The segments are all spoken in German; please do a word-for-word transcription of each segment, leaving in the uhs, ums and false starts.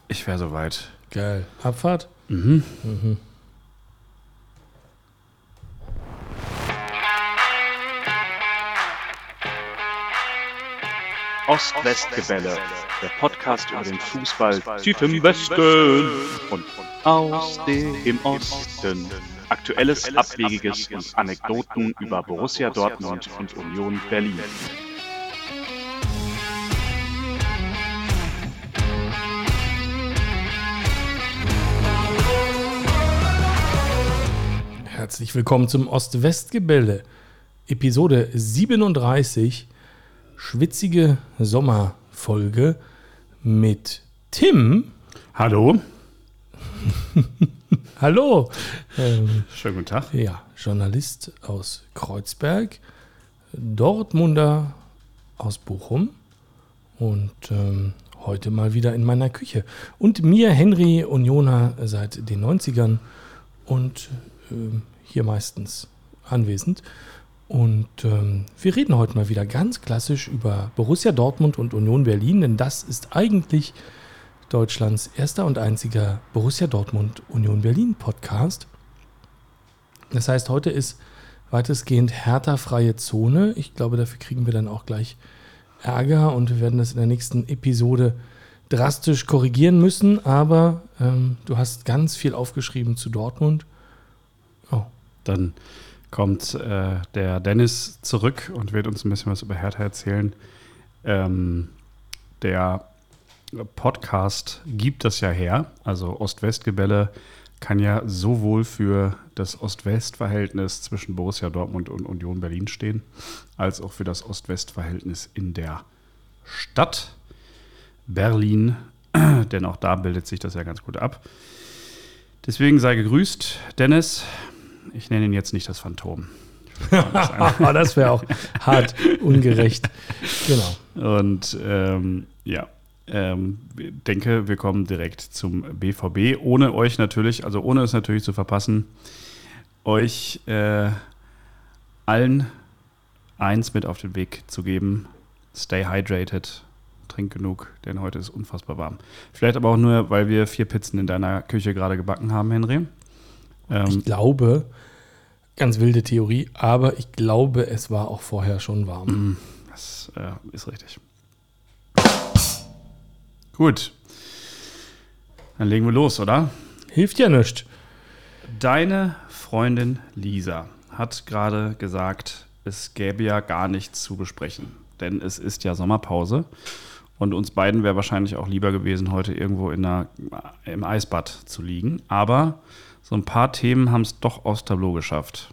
Ich wäre soweit. Geil. Abfahrt? Mhm. Mhm. Ost-West-Gebälle, der Podcast über den Fußball tief im Westen und aus dem Osten. Aktuelles, Abwegiges und Anekdoten über Borussia Dortmund und Union Berlin. Herzlich willkommen zum Ost-West-Gebälle, Episode siebenunddreißig, schwitzige Sommerfolge mit Tim. Hallo. Hallo. Ähm, Schönen guten Tag. ja, Journalist aus Kreuzberg, Dortmunder aus Bochum und ähm, heute mal wieder in meiner Küche. Und mir, Henry Unioner, seit den neunzigern und ähm, hier meistens anwesend. Und ähm, wir reden heute mal wieder ganz klassisch über Borussia Dortmund und Union Berlin, denn das ist eigentlich Deutschlands erster und einziger Borussia Dortmund Union Berlin Podcast. Das heißt, heute ist weitestgehend Hertha-freie Zone. Ich glaube, dafür kriegen wir dann auch gleich Ärger und wir werden das in der nächsten Episode drastisch korrigieren müssen. Aber ähm, du hast ganz viel aufgeschrieben zu Dortmund. Oh. Dann kommt äh, der Dennis zurück und wird uns ein bisschen was über Hertha erzählen. Ähm, der Podcast gibt das ja her. Also Ost-West-Gebälle kann ja sowohl für das Ost-West-Verhältnis zwischen Borussia Dortmund und Union Berlin stehen, als auch für das Ost-West-Verhältnis in der Stadt Berlin. Denn auch da bildet sich das ja ganz gut ab. Deswegen sei gegrüßt, Dennis. Ich nenne ihn jetzt nicht das Phantom. Das wäre auch hart ungerecht. Genau. Und ähm, ja, ähm, denke, wir kommen direkt zum B V B. Ohne euch natürlich, also ohne es natürlich zu verpassen, euch äh, allen eins mit auf den Weg zu geben. Stay hydrated. Trink genug, denn heute ist unfassbar warm. Vielleicht aber auch nur, weil wir vier Pizzen in deiner Küche gerade gebacken haben, Henry. Ähm, ich glaube, ganz wilde Theorie, aber ich glaube, es war auch vorher schon warm. Das äh, ist richtig. Gut. Dann legen wir los, oder? Hilft ja nichts. Deine Freundin Lisa hat gerade gesagt, es gäbe ja gar nichts zu besprechen, denn es ist ja Sommerpause. Und uns beiden wäre wahrscheinlich auch lieber gewesen, heute irgendwo in einer, im Eisbad zu liegen. Aber so ein paar Themen haben es doch aufs Tableau geschafft.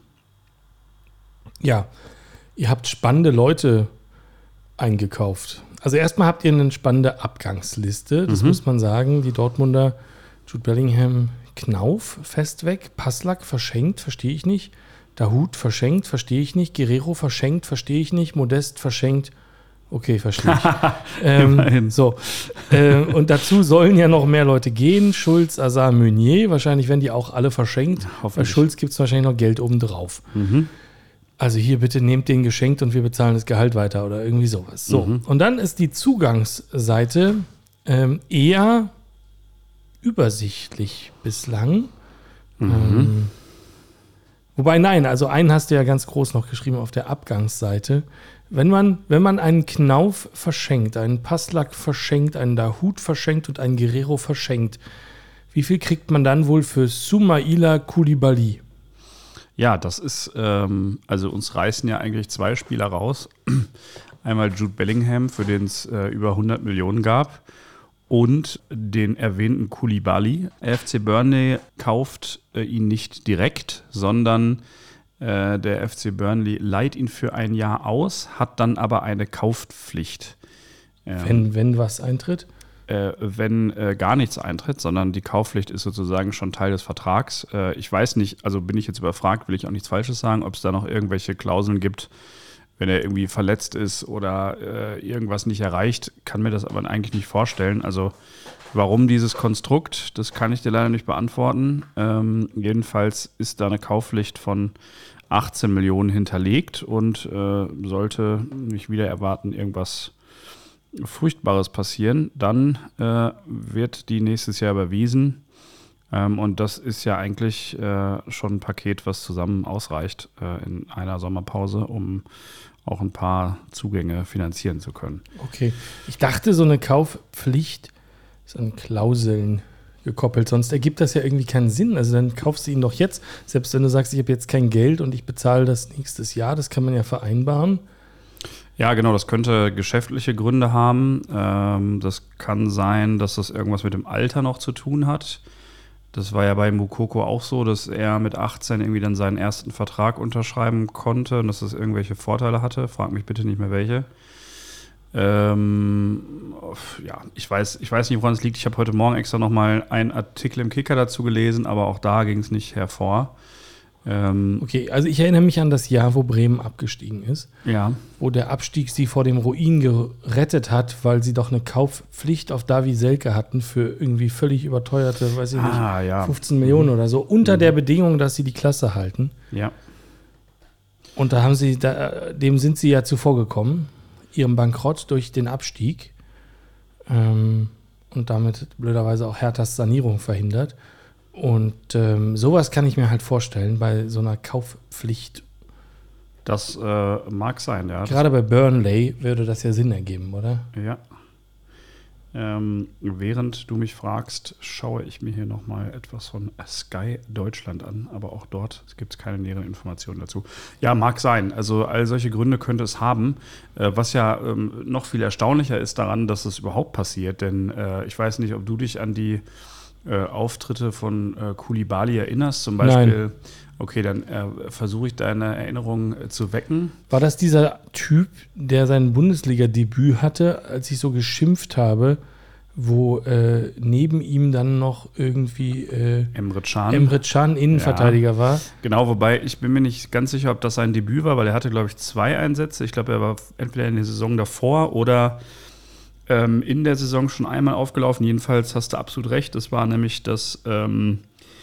Ja, ihr habt spannende Leute eingekauft. Also erstmal habt ihr eine spannende Abgangsliste. Das mhm. muss man sagen. Die Dortmunder, Jude Bellingham, Knauf, fest weg. Passlack verschenkt, verstehe ich nicht. Dahoud verschenkt, verstehe ich nicht. Guerrero verschenkt, verstehe ich nicht. Modest verschenkt. Okay, verstehe ich. ähm, so. Äh, und dazu sollen ja noch mehr Leute gehen. Schulz, Azar, Meunier. Wahrscheinlich werden die auch alle verschenkt. Bei Schulz gibt es wahrscheinlich noch Geld obendrauf. Mhm. Also hier bitte nehmt den geschenkt und wir bezahlen das Gehalt weiter oder irgendwie sowas. So. Mhm. Und dann ist die Zugangsseite ähm, eher übersichtlich bislang. Mhm. Ähm, wobei, nein, also einen hast du ja ganz groß noch geschrieben auf der Abgangsseite. Wenn man, wenn man einen Knauf verschenkt, einen Passlack verschenkt, einen Dahoud verschenkt und einen Guerrero verschenkt, wie viel kriegt man dann wohl für Soumaila Koulibaly? Ja, das ist, ähm, also uns reißen ja eigentlich zwei Spieler raus. Einmal Jude Bellingham, für den es äh, über hundert Millionen gab, und den erwähnten Koulibaly. F C Burnley kauft äh, ihn nicht direkt, sondern der F C Burnley leiht ihn für ein Jahr aus, hat dann aber eine Kaufpflicht. Wenn, wenn was eintritt? Äh, wenn äh, gar nichts eintritt, sondern die Kaufpflicht ist sozusagen schon Teil des Vertrags. Äh, ich weiß nicht, also bin ich jetzt überfragt, will ich auch nichts Falsches sagen, ob es da noch irgendwelche Klauseln gibt, wenn er irgendwie verletzt ist oder äh, irgendwas nicht erreicht, kann mir das aber eigentlich nicht vorstellen. Also warum dieses Konstrukt, das kann ich dir leider nicht beantworten. Ähm, jedenfalls ist da eine Kaufpflicht von achtzehn Millionen hinterlegt und äh, sollte nicht wieder erwarten, irgendwas Furchtbares passieren, dann äh, wird die nächstes Jahr überwiesen. Ähm, und das ist ja eigentlich äh, schon ein Paket, was zusammen ausreicht äh, in einer Sommerpause, um auch ein paar Zugänge finanzieren zu können. Okay, ich dachte, so eine Kaufpflicht ist an Klauseln gekoppelt, sonst ergibt das ja irgendwie keinen Sinn. Also dann kaufst du ihn doch jetzt, selbst wenn du sagst, ich habe jetzt kein Geld und ich bezahle das nächstes Jahr, das kann man ja vereinbaren. Ja, genau, das könnte geschäftliche Gründe haben. Ähm, das kann sein, dass das irgendwas mit dem Alter noch zu tun hat. Das war ja bei Moukoko auch so, dass er mit achtzehn irgendwie dann seinen ersten Vertrag unterschreiben konnte und dass das irgendwelche Vorteile hatte. Frag mich bitte nicht mehr welche. Ähm, ja, ich weiß, ich weiß nicht, woran es liegt. Ich habe heute Morgen extra nochmal einen Artikel im Kicker dazu gelesen, aber auch da ging es nicht hervor. Ähm, okay, also ich erinnere mich an das Jahr, wo Bremen abgestiegen ist. Ja. Wo der Abstieg sie vor dem Ruin gerettet hat, weil sie doch eine Kaufpflicht auf Davy Selke hatten für irgendwie völlig überteuerte, weiß ich ah, nicht, ja. fünfzehn Millionen mhm. oder so, unter mhm. der Bedingung, dass sie die Klasse halten. Ja. Und da haben sie, da, dem sind sie ja zuvor gekommen, ihrem Bankrott durch den Abstieg ähm, und damit blöderweise auch Herthas Sanierung verhindert. Und ähm, sowas kann ich mir halt vorstellen bei so einer Kaufpflicht. Das äh, mag sein, ja. Gerade bei Burnley würde das ja Sinn ergeben, oder? Ja. Ähm, während du mich fragst, schaue ich mir hier nochmal etwas von Sky Deutschland an, aber auch dort gibt es keine näheren Informationen dazu. Ja, mag sein. Also all solche Gründe könnte es haben. Äh, was ja ähm, noch viel erstaunlicher ist daran, dass es überhaupt passiert, denn äh, ich weiß nicht, ob du dich an die äh, Auftritte von äh, Koulibaly erinnerst, zum Beispiel. Nein. Okay, dann äh, versuche ich deine Erinnerung äh, zu wecken. War das dieser Typ, der sein Bundesliga-Debüt hatte, als ich so geschimpft habe, wo äh, neben ihm dann noch irgendwie äh, Emre Can. Emre Can Innenverteidiger ja. war? Genau, wobei ich bin mir nicht ganz sicher, ob das sein Debüt war, weil er hatte, glaube ich, zwei Einsätze. Ich glaube, er war entweder in der Saison davor oder ähm, in der Saison schon einmal aufgelaufen. Jedenfalls hast du absolut recht. Das war nämlich das ähm,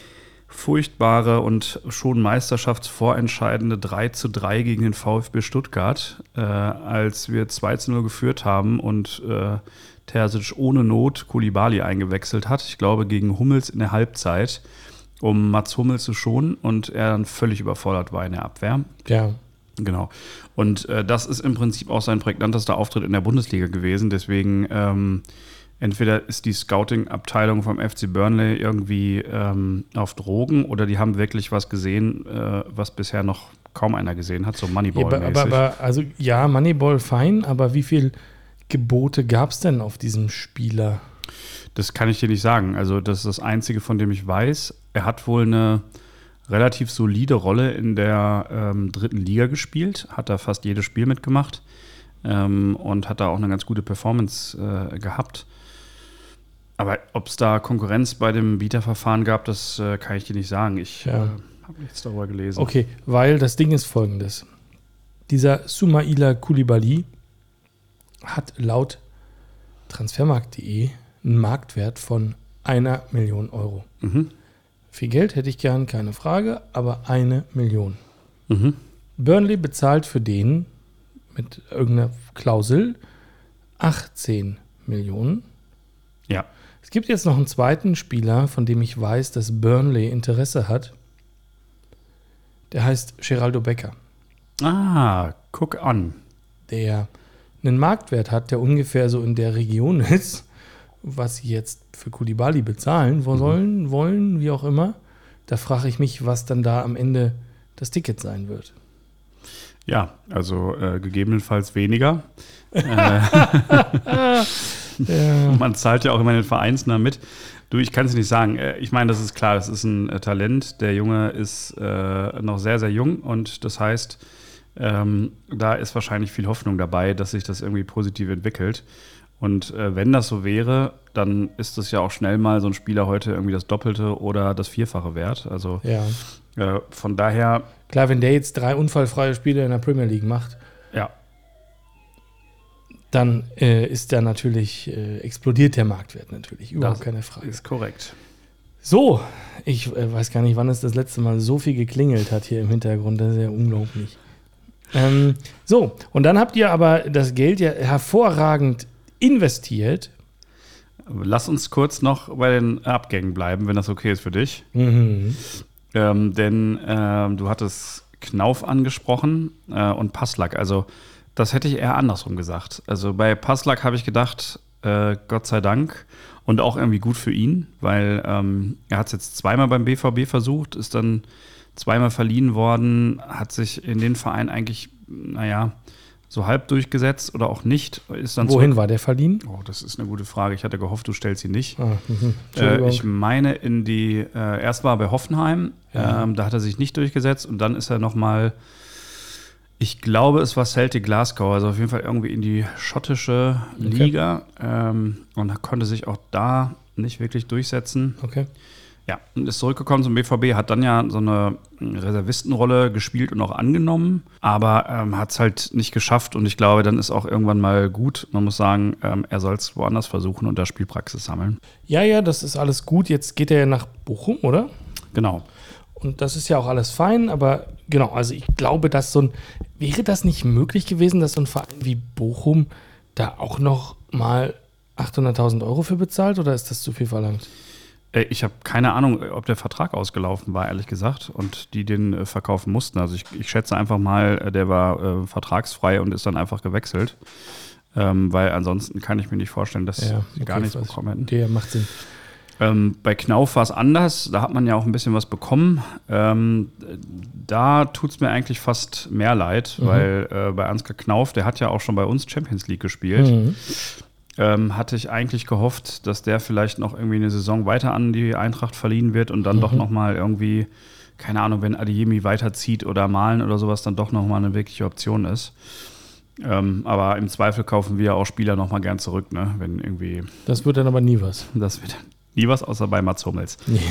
furchtbare und schon meisterschaftsvorentscheidende drei zu drei gegen den VfB Stuttgart, äh, als wir zwei zu null geführt haben und äh, Terzic ohne Not Koulibaly eingewechselt hat. Ich glaube, gegen Hummels in der Halbzeit, um Mats Hummels zu schonen und er dann völlig überfordert war in der Abwehr. Ja. Genau. Und äh, das ist im Prinzip auch sein prägnantester Auftritt in der Bundesliga gewesen. Deswegen ähm, entweder ist die Scouting-Abteilung vom F C Burnley irgendwie ähm, auf Drogen oder die haben wirklich was gesehen, äh, was bisher noch kaum einer gesehen hat, so Moneyball-mäßig. Ja, aber, aber, also ja, Moneyball fein, aber wie viel Gebote gab es denn auf diesem Spieler? Das kann ich dir nicht sagen. Also das ist das Einzige, von dem ich weiß. Er hat wohl eine relativ solide Rolle in der ähm, dritten Liga gespielt, hat da fast jedes Spiel mitgemacht ähm, und hat da auch eine ganz gute Performance äh, gehabt. Aber ob es da Konkurrenz bei dem Bieterverfahren gab, das äh, kann ich dir nicht sagen. Ich ja. äh, habe nichts darüber gelesen. Okay, weil das Ding ist folgendes. Dieser Soumaila Koulibaly hat laut transfermarkt punkt de einen Marktwert von einer Million Euro. Mhm. Viel Geld hätte ich gern, keine Frage, aber eine Million. Mhm. Burnley bezahlt für den mit irgendeiner Klausel achtzehn Millionen. Ja. Es gibt jetzt noch einen zweiten Spieler, von dem ich weiß, dass Burnley Interesse hat. Der heißt Geraldo Becker. Ah, guck an. Der einen Marktwert hat, der ungefähr so in der Region ist, was sie jetzt für Koulibaly bezahlen wo sollen, mhm. wollen, wie auch immer. Da frage ich mich, was dann da am Ende das Ticket sein wird. Ja, also äh, gegebenenfalls weniger. äh, ja. Man zahlt ja auch immer den Vereinsnamen mit. Du, ich kann es nicht sagen. Ich meine, das ist klar, das ist ein äh, Talent. Der Junge ist äh, noch sehr, sehr jung und das heißt, ähm, da ist wahrscheinlich viel Hoffnung dabei, dass sich das irgendwie positiv entwickelt. Und äh, wenn das so wäre, dann ist das ja auch schnell mal so ein Spieler heute irgendwie das Doppelte oder das Vierfache wert. Also ja. äh, von daher. Klar, wenn der jetzt drei unfallfreie Spiele in der Premier League macht, ja. dann äh, ist der natürlich, äh, explodiert der Marktwert natürlich. Überhaupt das keine Frage. Ist korrekt. So, ich äh, weiß gar nicht, wann es das letzte Mal so viel geklingelt hat hier im Hintergrund. Das ist ja unglaublich. Ähm, so, und dann habt ihr aber das Geld ja hervorragend investiert. Lass uns kurz noch bei den Abgängen bleiben, wenn das okay ist für dich. Mhm. Ähm, denn ähm, du hattest Knauf angesprochen äh, und Passlack. Also das hätte ich eher andersrum gesagt. Also bei Passlack habe ich gedacht, äh, Gott sei Dank und auch irgendwie gut für ihn, weil ähm, er hat es jetzt zweimal beim B V B versucht, ist dann zweimal verliehen worden, hat sich in den Verein eigentlich, naja, so halb durchgesetzt oder auch nicht. Ist dann Wohin zurück. war der verliehen? Oh, das ist eine gute Frage. Ich hatte gehofft, du stellst sie nicht. Ah, mhm. Äh, ich meine in die, äh, erst war er bei Hoffenheim, Ja. ähm, da hat er sich nicht durchgesetzt und dann ist er nochmal, ich glaube, es war Celtic Glasgow, also auf jeden Fall irgendwie in die schottische Okay. Liga ähm, und konnte sich auch da nicht wirklich durchsetzen. Okay. Ja, und ist zurückgekommen zum B V B, hat dann ja so eine Reservistenrolle gespielt und auch angenommen, aber ähm, hat es halt nicht geschafft und ich glaube, dann ist auch irgendwann mal gut. Man muss sagen, ähm, er soll es woanders versuchen und da Spielpraxis sammeln. Ja, ja, das ist alles gut. Jetzt geht er ja nach Bochum, oder? Genau. Und das ist ja auch alles fein, aber genau, also ich glaube, dass so ein, wäre das nicht möglich gewesen, dass so ein Verein wie Bochum da auch noch mal achthunderttausend Euro für bezahlt oder ist das zu viel verlangt? Äh, Ich habe keine Ahnung, ob der Vertrag ausgelaufen war, ehrlich gesagt, und die den äh, verkaufen mussten. Also ich, ich schätze einfach mal, äh, der war äh, vertragsfrei und ist dann einfach gewechselt. Ähm, weil ansonsten kann ich mir nicht vorstellen, dass Ja, sie okay, gar nichts weiß. bekommen hätten. Der macht Sinn. Ähm, bei Knauf war es anders, da hat man ja auch ein bisschen was bekommen. Ähm, da tut es mir eigentlich fast mehr leid, Mhm. weil äh, bei Ansgar Knauf, der hat ja auch schon bei uns Champions League gespielt. Mhm. Ähm, hatte ich eigentlich gehofft, dass der vielleicht noch irgendwie eine Saison weiter an die Eintracht verliehen wird und dann Mhm. doch nochmal irgendwie, keine Ahnung, wenn Adeyemi weiterzieht oder Malen oder sowas, dann doch nochmal eine wirkliche Option ist. Ähm, aber im Zweifel kaufen wir auch Spieler nochmal gern zurück, ne? Wenn irgendwie, Das wird dann aber nie was. das wird nie was, außer bei Mats Hummels. Nee.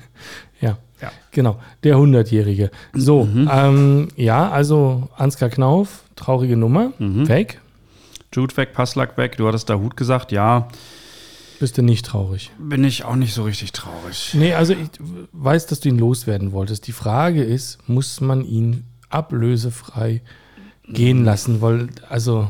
ja. Ja. Genau, der hundertjährige. So, Mhm. ähm, ja, also Ansgar Knauf, traurige Nummer, Mhm. weg. Jude weg, Passlack weg, du hattest Dahut gesagt, ja, Bist du nicht traurig? bin ich auch nicht so richtig traurig. Nee, also ich weiß, dass du ihn loswerden wolltest. Die Frage ist, muss man ihn ablösefrei gehen lassen? Weil, also,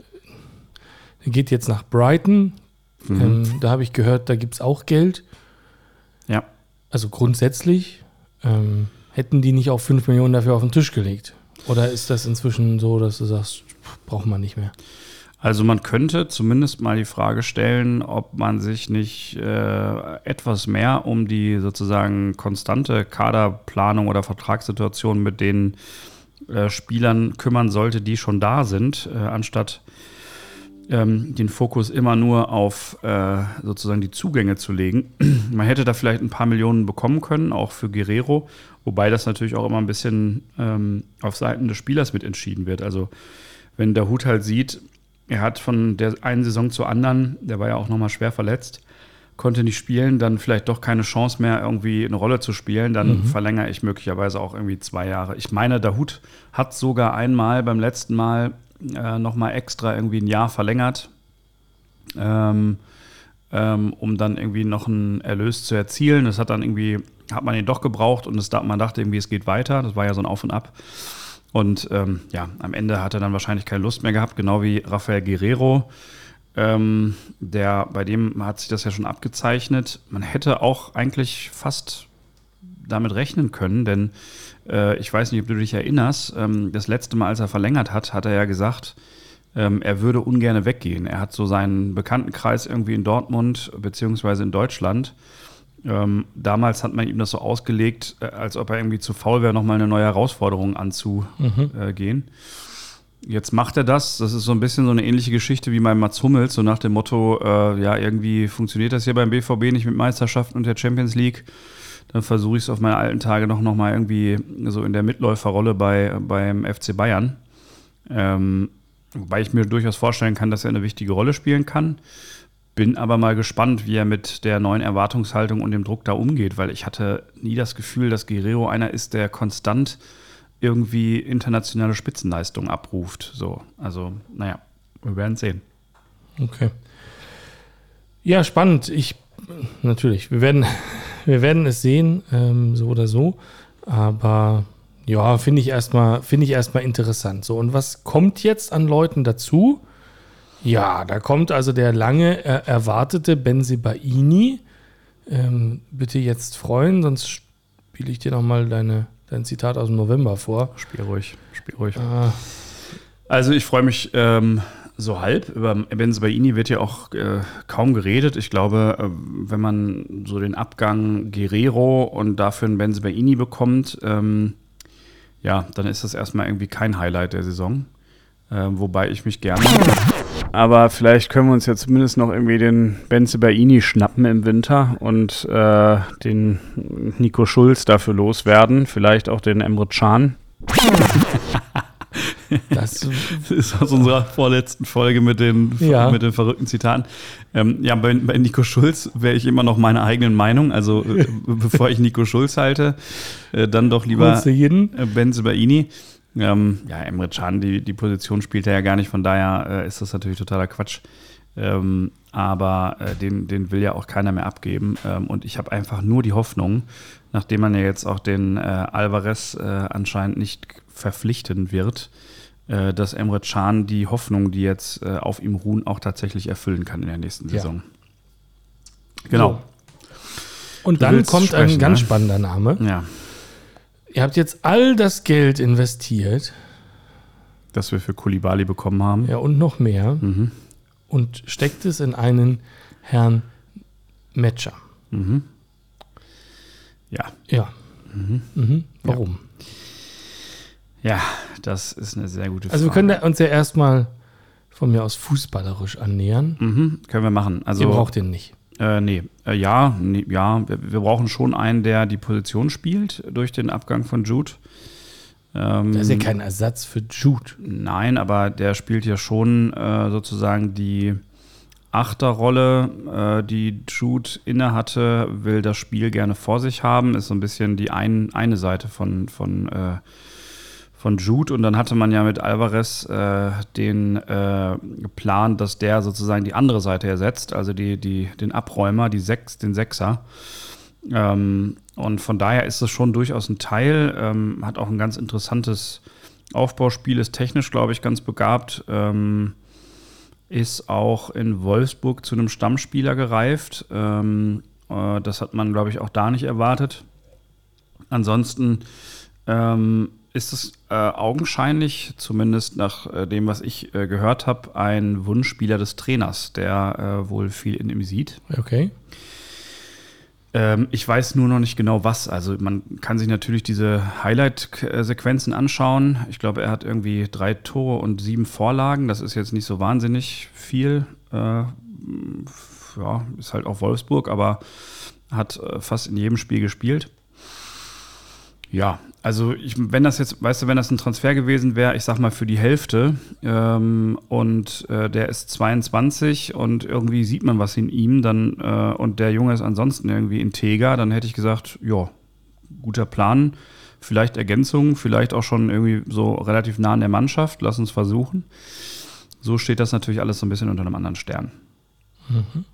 er geht jetzt nach Brighton. Mhm. Ähm, da habe ich gehört, da gibt es auch Geld. Ja. Also grundsätzlich ähm, hätten die nicht auch fünf Millionen dafür auf den Tisch gelegt. Oder ist das inzwischen so, dass du sagst, braucht man nicht mehr? Also man könnte zumindest mal die Frage stellen, ob man sich nicht äh, etwas mehr um die sozusagen konstante Kaderplanung oder Vertragssituation mit den äh, Spielern kümmern sollte, die schon da sind, äh, anstatt ähm, den Fokus immer nur auf äh, sozusagen die Zugänge zu legen. Man hätte da vielleicht ein paar Millionen bekommen können, auch für Guerrero, wobei das natürlich auch immer ein bisschen ähm, auf Seiten des Spielers mit entschieden wird. Also wenn der Hut halt sieht, er hat von der einen Saison zur anderen, der war ja auch nochmal schwer verletzt, konnte nicht spielen, dann vielleicht doch keine Chance mehr, irgendwie eine Rolle zu spielen, dann Mhm. verlängere ich möglicherweise auch irgendwie zwei Jahre. Ich meine, der Hut hat sogar einmal beim letzten Mal äh, nochmal extra irgendwie ein Jahr verlängert, ähm, ähm, um dann irgendwie noch einen Erlös zu erzielen. Das hat dann irgendwie, hat man ihn doch gebraucht und es, man dachte irgendwie, es geht weiter. Das war ja so ein Auf und Ab. Und ähm, ja, am Ende hat er dann wahrscheinlich keine Lust mehr gehabt, genau wie Rafael Guerrero. Ähm, der, bei dem hat sich das ja schon abgezeichnet. Man hätte auch eigentlich fast damit rechnen können, denn äh, ich weiß nicht, ob du dich erinnerst, ähm, das letzte Mal, als er verlängert hat, hat er ja gesagt, ähm, er würde ungern weggehen. Er hat so seinen Bekanntenkreis irgendwie in Dortmund beziehungsweise in Deutschland. Ähm, damals hat man ihm das so ausgelegt, äh, als ob er irgendwie zu faul wäre, nochmal eine neue Herausforderung anzugehen. Mhm. Jetzt macht er das. Das ist so ein bisschen so eine ähnliche Geschichte wie bei Mats Hummels, so nach dem Motto, äh, ja, irgendwie funktioniert das hier beim B V B nicht mit Meisterschaften und der Champions League. Dann versuche ich es auf meine alten Tage noch, noch mal irgendwie so in der Mitläuferrolle bei, beim F C Bayern. Ähm, wobei ich mir durchaus vorstellen kann, dass er eine wichtige Rolle spielen kann. Bin aber mal gespannt, wie er mit der neuen Erwartungshaltung und dem Druck da umgeht, weil ich hatte nie das Gefühl, dass Guerrero einer ist, der konstant irgendwie internationale Spitzenleistung abruft. So, also, naja, wir werden sehen. Okay. Ja, spannend. Ich, natürlich, wir werden, wir werden es sehen, ähm, so oder so. Aber ja, finde ich erstmal, finde ich erstmal interessant. So, und was kommt jetzt an Leuten dazu? Ja, da kommt also der lange er erwartete Bensebaini. Ähm, bitte jetzt freuen, sonst spiele ich dir nochmal deine, dein Zitat aus dem November vor. Spiel ruhig, spiel ruhig. Ah. Also ich freue mich ähm, so halb. Über Bensebaini wird ja auch äh, kaum geredet. Ich glaube, äh, wenn man so den Abgang Guerrero und dafür einen Bensebaini bekommt, ähm, ja, dann ist das erstmal irgendwie kein Highlight der Saison. Äh, wobei ich mich gerne... Aber vielleicht können wir uns ja zumindest noch irgendwie den Bensebaini schnappen im Winter und äh, den Nico Schulz dafür loswerden. Vielleicht auch den Emre Can. Das ist aus unserer vorletzten Folge mit den, ja. mit den verrückten Zitaten. Ähm, ja, bei, bei Nico Schulz wäre ich immer noch meiner eigenen Meinung. Also äh, bevor ich Nico Schulz halte, äh, dann doch lieber äh, Bensebaini. Ähm, ja, Emre Can, die, die Position spielt er ja gar nicht, von daher äh, ist das natürlich totaler Quatsch. Ähm, aber äh, den, den will ja auch keiner mehr abgeben. Ähm, und ich habe einfach nur die Hoffnung, nachdem man ja jetzt auch den äh, Alvarez äh, anscheinend nicht verpflichten wird, äh, dass Emre Can die Hoffnung, die jetzt äh, auf ihm ruhen, auch tatsächlich erfüllen kann in der nächsten Saison. Ja. Genau. So. Und dann kommt sprechen, ein ganz ne? spannender Name. Ja. Ihr habt jetzt all das Geld investiert. Das wir für Koulibaly bekommen haben. Ja, und noch mehr. Mhm. Und steckt es in einen Herrn Metscher. Mhm. Ja. Ja. Mhm. Mhm. Warum? Ja. ja, das ist eine sehr gute Frage. Also wir können uns ja erstmal von mir aus fußballerisch annähern. Mhm. Können wir machen. Also, ihr braucht den nicht. Äh, nee, äh, ja, nee, ja, wir, wir brauchen schon einen, der die Position spielt durch den Abgang von Jude. Ähm, das ist ja kein Ersatz für Jude. Nein, aber der spielt ja schon äh, sozusagen die Achterrolle, äh, die Jude inne hatte, will das Spiel gerne vor sich haben, ist so ein bisschen die ein, eine Seite von, von, äh, von Jude. Und dann hatte man ja mit Alvarez äh, den äh, Plan, dass der sozusagen die andere Seite ersetzt, also die, die, den Abräumer, die Sechs, den Sechser. Ähm, und von daher ist das schon durchaus ein Teil, ähm, hat auch ein ganz interessantes Aufbauspiel, ist technisch, glaube ich, ganz begabt, ähm, ist auch in Wolfsburg zu einem Stammspieler gereift. Ähm, äh, das hat man, glaube ich, auch da nicht erwartet. Ansonsten ähm, ist es äh, augenscheinlich, zumindest nach äh, dem, was ich äh, gehört habe, ein Wunschspieler des Trainers, der äh, wohl viel in ihm sieht. Okay. Ähm, ich weiß nur noch nicht genau was. Also man kann sich natürlich diese Highlight-Sequenzen anschauen. Ich glaube, er hat irgendwie drei Tore und sieben Vorlagen. Das ist jetzt nicht so wahnsinnig viel. Äh, ja, ist halt auch Wolfsburg, aber hat äh, fast in jedem Spiel gespielt. Ja, also ich, wenn das jetzt, weißt du, wenn das ein Transfer gewesen wäre, ich sag mal für die Hälfte ähm, und äh, der ist zweiundzwanzig und irgendwie sieht man was in ihm, dann äh, und der Junge ist ansonsten irgendwie integer, dann hätte ich gesagt, ja, guter Plan, vielleicht Ergänzung, vielleicht auch schon irgendwie so relativ nah an der Mannschaft, lass uns versuchen. So steht das natürlich alles so ein bisschen unter einem anderen Stern. Mhm.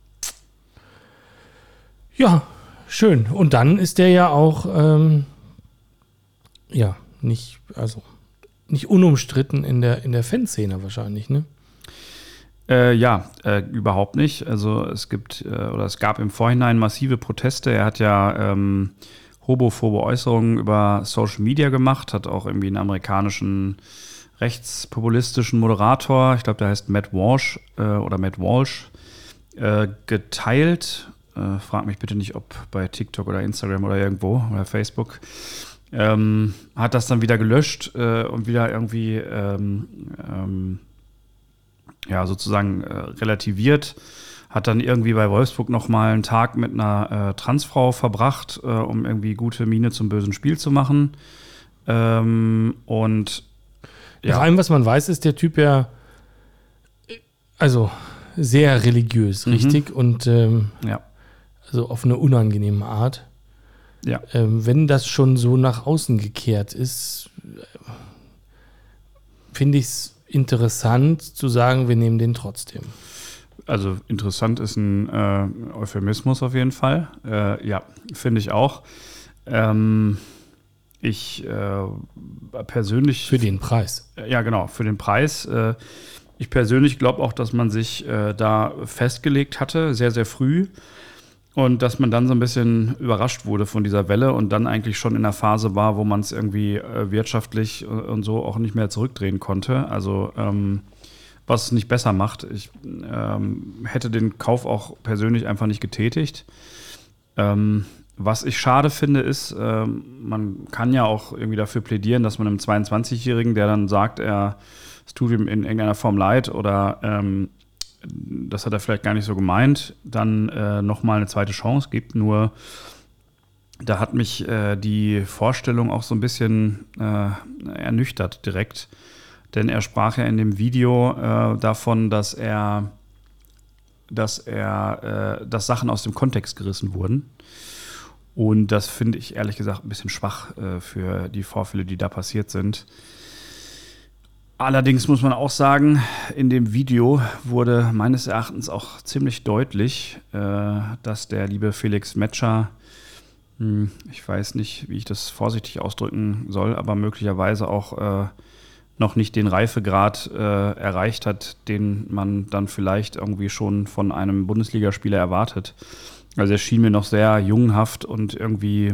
Ja, schön. Und dann ist der ja auch ähm ja, nicht, also nicht unumstritten in der, in der Fanszene wahrscheinlich, ne? Äh, ja, äh, überhaupt nicht. Also es gibt, äh, oder es gab im Vorhinein massive Proteste. Er hat ja ähm, homophobe Äußerungen über Social Media gemacht, hat auch irgendwie einen amerikanischen rechtspopulistischen Moderator, ich glaube, der heißt Matt Walsh äh, oder Matt Walsh, äh, geteilt. Äh, frag mich bitte nicht, ob bei TikTok oder Instagram oder irgendwo oder Facebook. Ähm, hat das dann wieder gelöscht äh, und wieder irgendwie ähm, ähm, ja, sozusagen äh, relativiert. Hat dann irgendwie bei Wolfsburg nochmal einen Tag mit einer äh, Transfrau verbracht, äh, um irgendwie gute Miene zum bösen Spiel zu machen. Ähm, und ja. Nach allem, was man weiß, ist der Typ ja also sehr religiös, Mhm. richtig? Und ähm, Ja. also auf eine unangenehme Art. Ja. Ähm, wenn das schon so nach außen gekehrt ist, äh, finde ich es interessant zu sagen, wir nehmen den trotzdem. Also interessant ist ein äh, Euphemismus auf jeden Fall. Äh, ja, finde ich auch. Ähm, ich äh, persönlich... Für den Preis. Ja, genau, für den Preis. Äh, Ich persönlich glaube auch, dass man sich äh, da festgelegt hatte, sehr, sehr früh. Und dass man dann so ein bisschen überrascht wurde von dieser Welle und dann eigentlich schon in der Phase war, wo man es irgendwie äh, wirtschaftlich und so auch nicht mehr zurückdrehen konnte. Also ähm, was es nicht besser macht. Ich ähm, hätte den Kauf auch persönlich einfach nicht getätigt. Ähm, was ich schade finde, ist, ähm, man kann ja auch irgendwie dafür plädieren, dass man einem zweiundzwanzigjährigen, der dann sagt, er es tut ihm in irgendeiner Form leid oder ähm, das hat er vielleicht gar nicht so gemeint, dann äh, nochmal eine zweite Chance gibt. Nur da hat mich äh, die Vorstellung auch so ein bisschen äh, ernüchtert direkt. Denn er sprach ja in dem Video äh, davon, dass er, dass er, äh, dass Sachen aus dem Kontext gerissen wurden. Und das finde ich ehrlich gesagt ein bisschen schwach äh, für die Vorfälle, die da passiert sind. Allerdings muss man auch sagen, in dem Video wurde meines Erachtens auch ziemlich deutlich, äh, dass der liebe Felix Metscher, hm, ich weiß nicht, wie ich das vorsichtig ausdrücken soll, aber möglicherweise auch äh, noch nicht den Reifegrad äh, erreicht hat, den man dann vielleicht irgendwie schon von einem Bundesligaspieler erwartet. Also er schien mir noch sehr jungenhaft und irgendwie,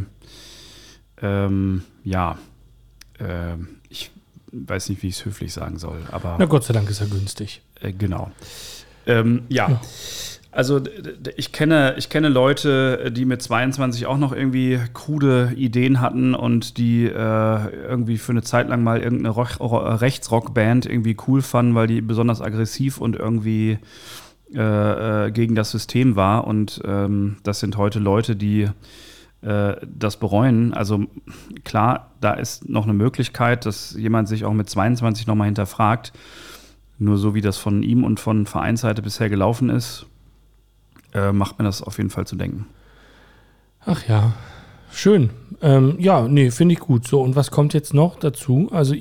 ähm, ja, äh, ich weiß nicht, wie ich es höflich sagen soll, aber... Na Gott sei Dank ist er günstig. Äh, genau. Ähm, ja. ja, also d- d- ich kenne, ich kenne Leute, die mit zweiundzwanzig auch noch irgendwie krude Ideen hatten und die äh, irgendwie für eine Zeit lang mal irgendeine Roch- Rechtsrockband irgendwie cool fanden, weil die besonders aggressiv und irgendwie äh, äh, gegen das System war. Und ähm, das sind heute Leute, die das bereuen. Also klar, da ist noch eine Möglichkeit, dass jemand sich auch mit zweiundzwanzig nochmal hinterfragt. Nur so wie das von ihm und von Vereinsseite bisher gelaufen ist, äh, macht mir das auf jeden Fall zu denken. Ach ja, schön. Ähm, ja, nee, finde ich gut. So, und was kommt jetzt noch dazu? Also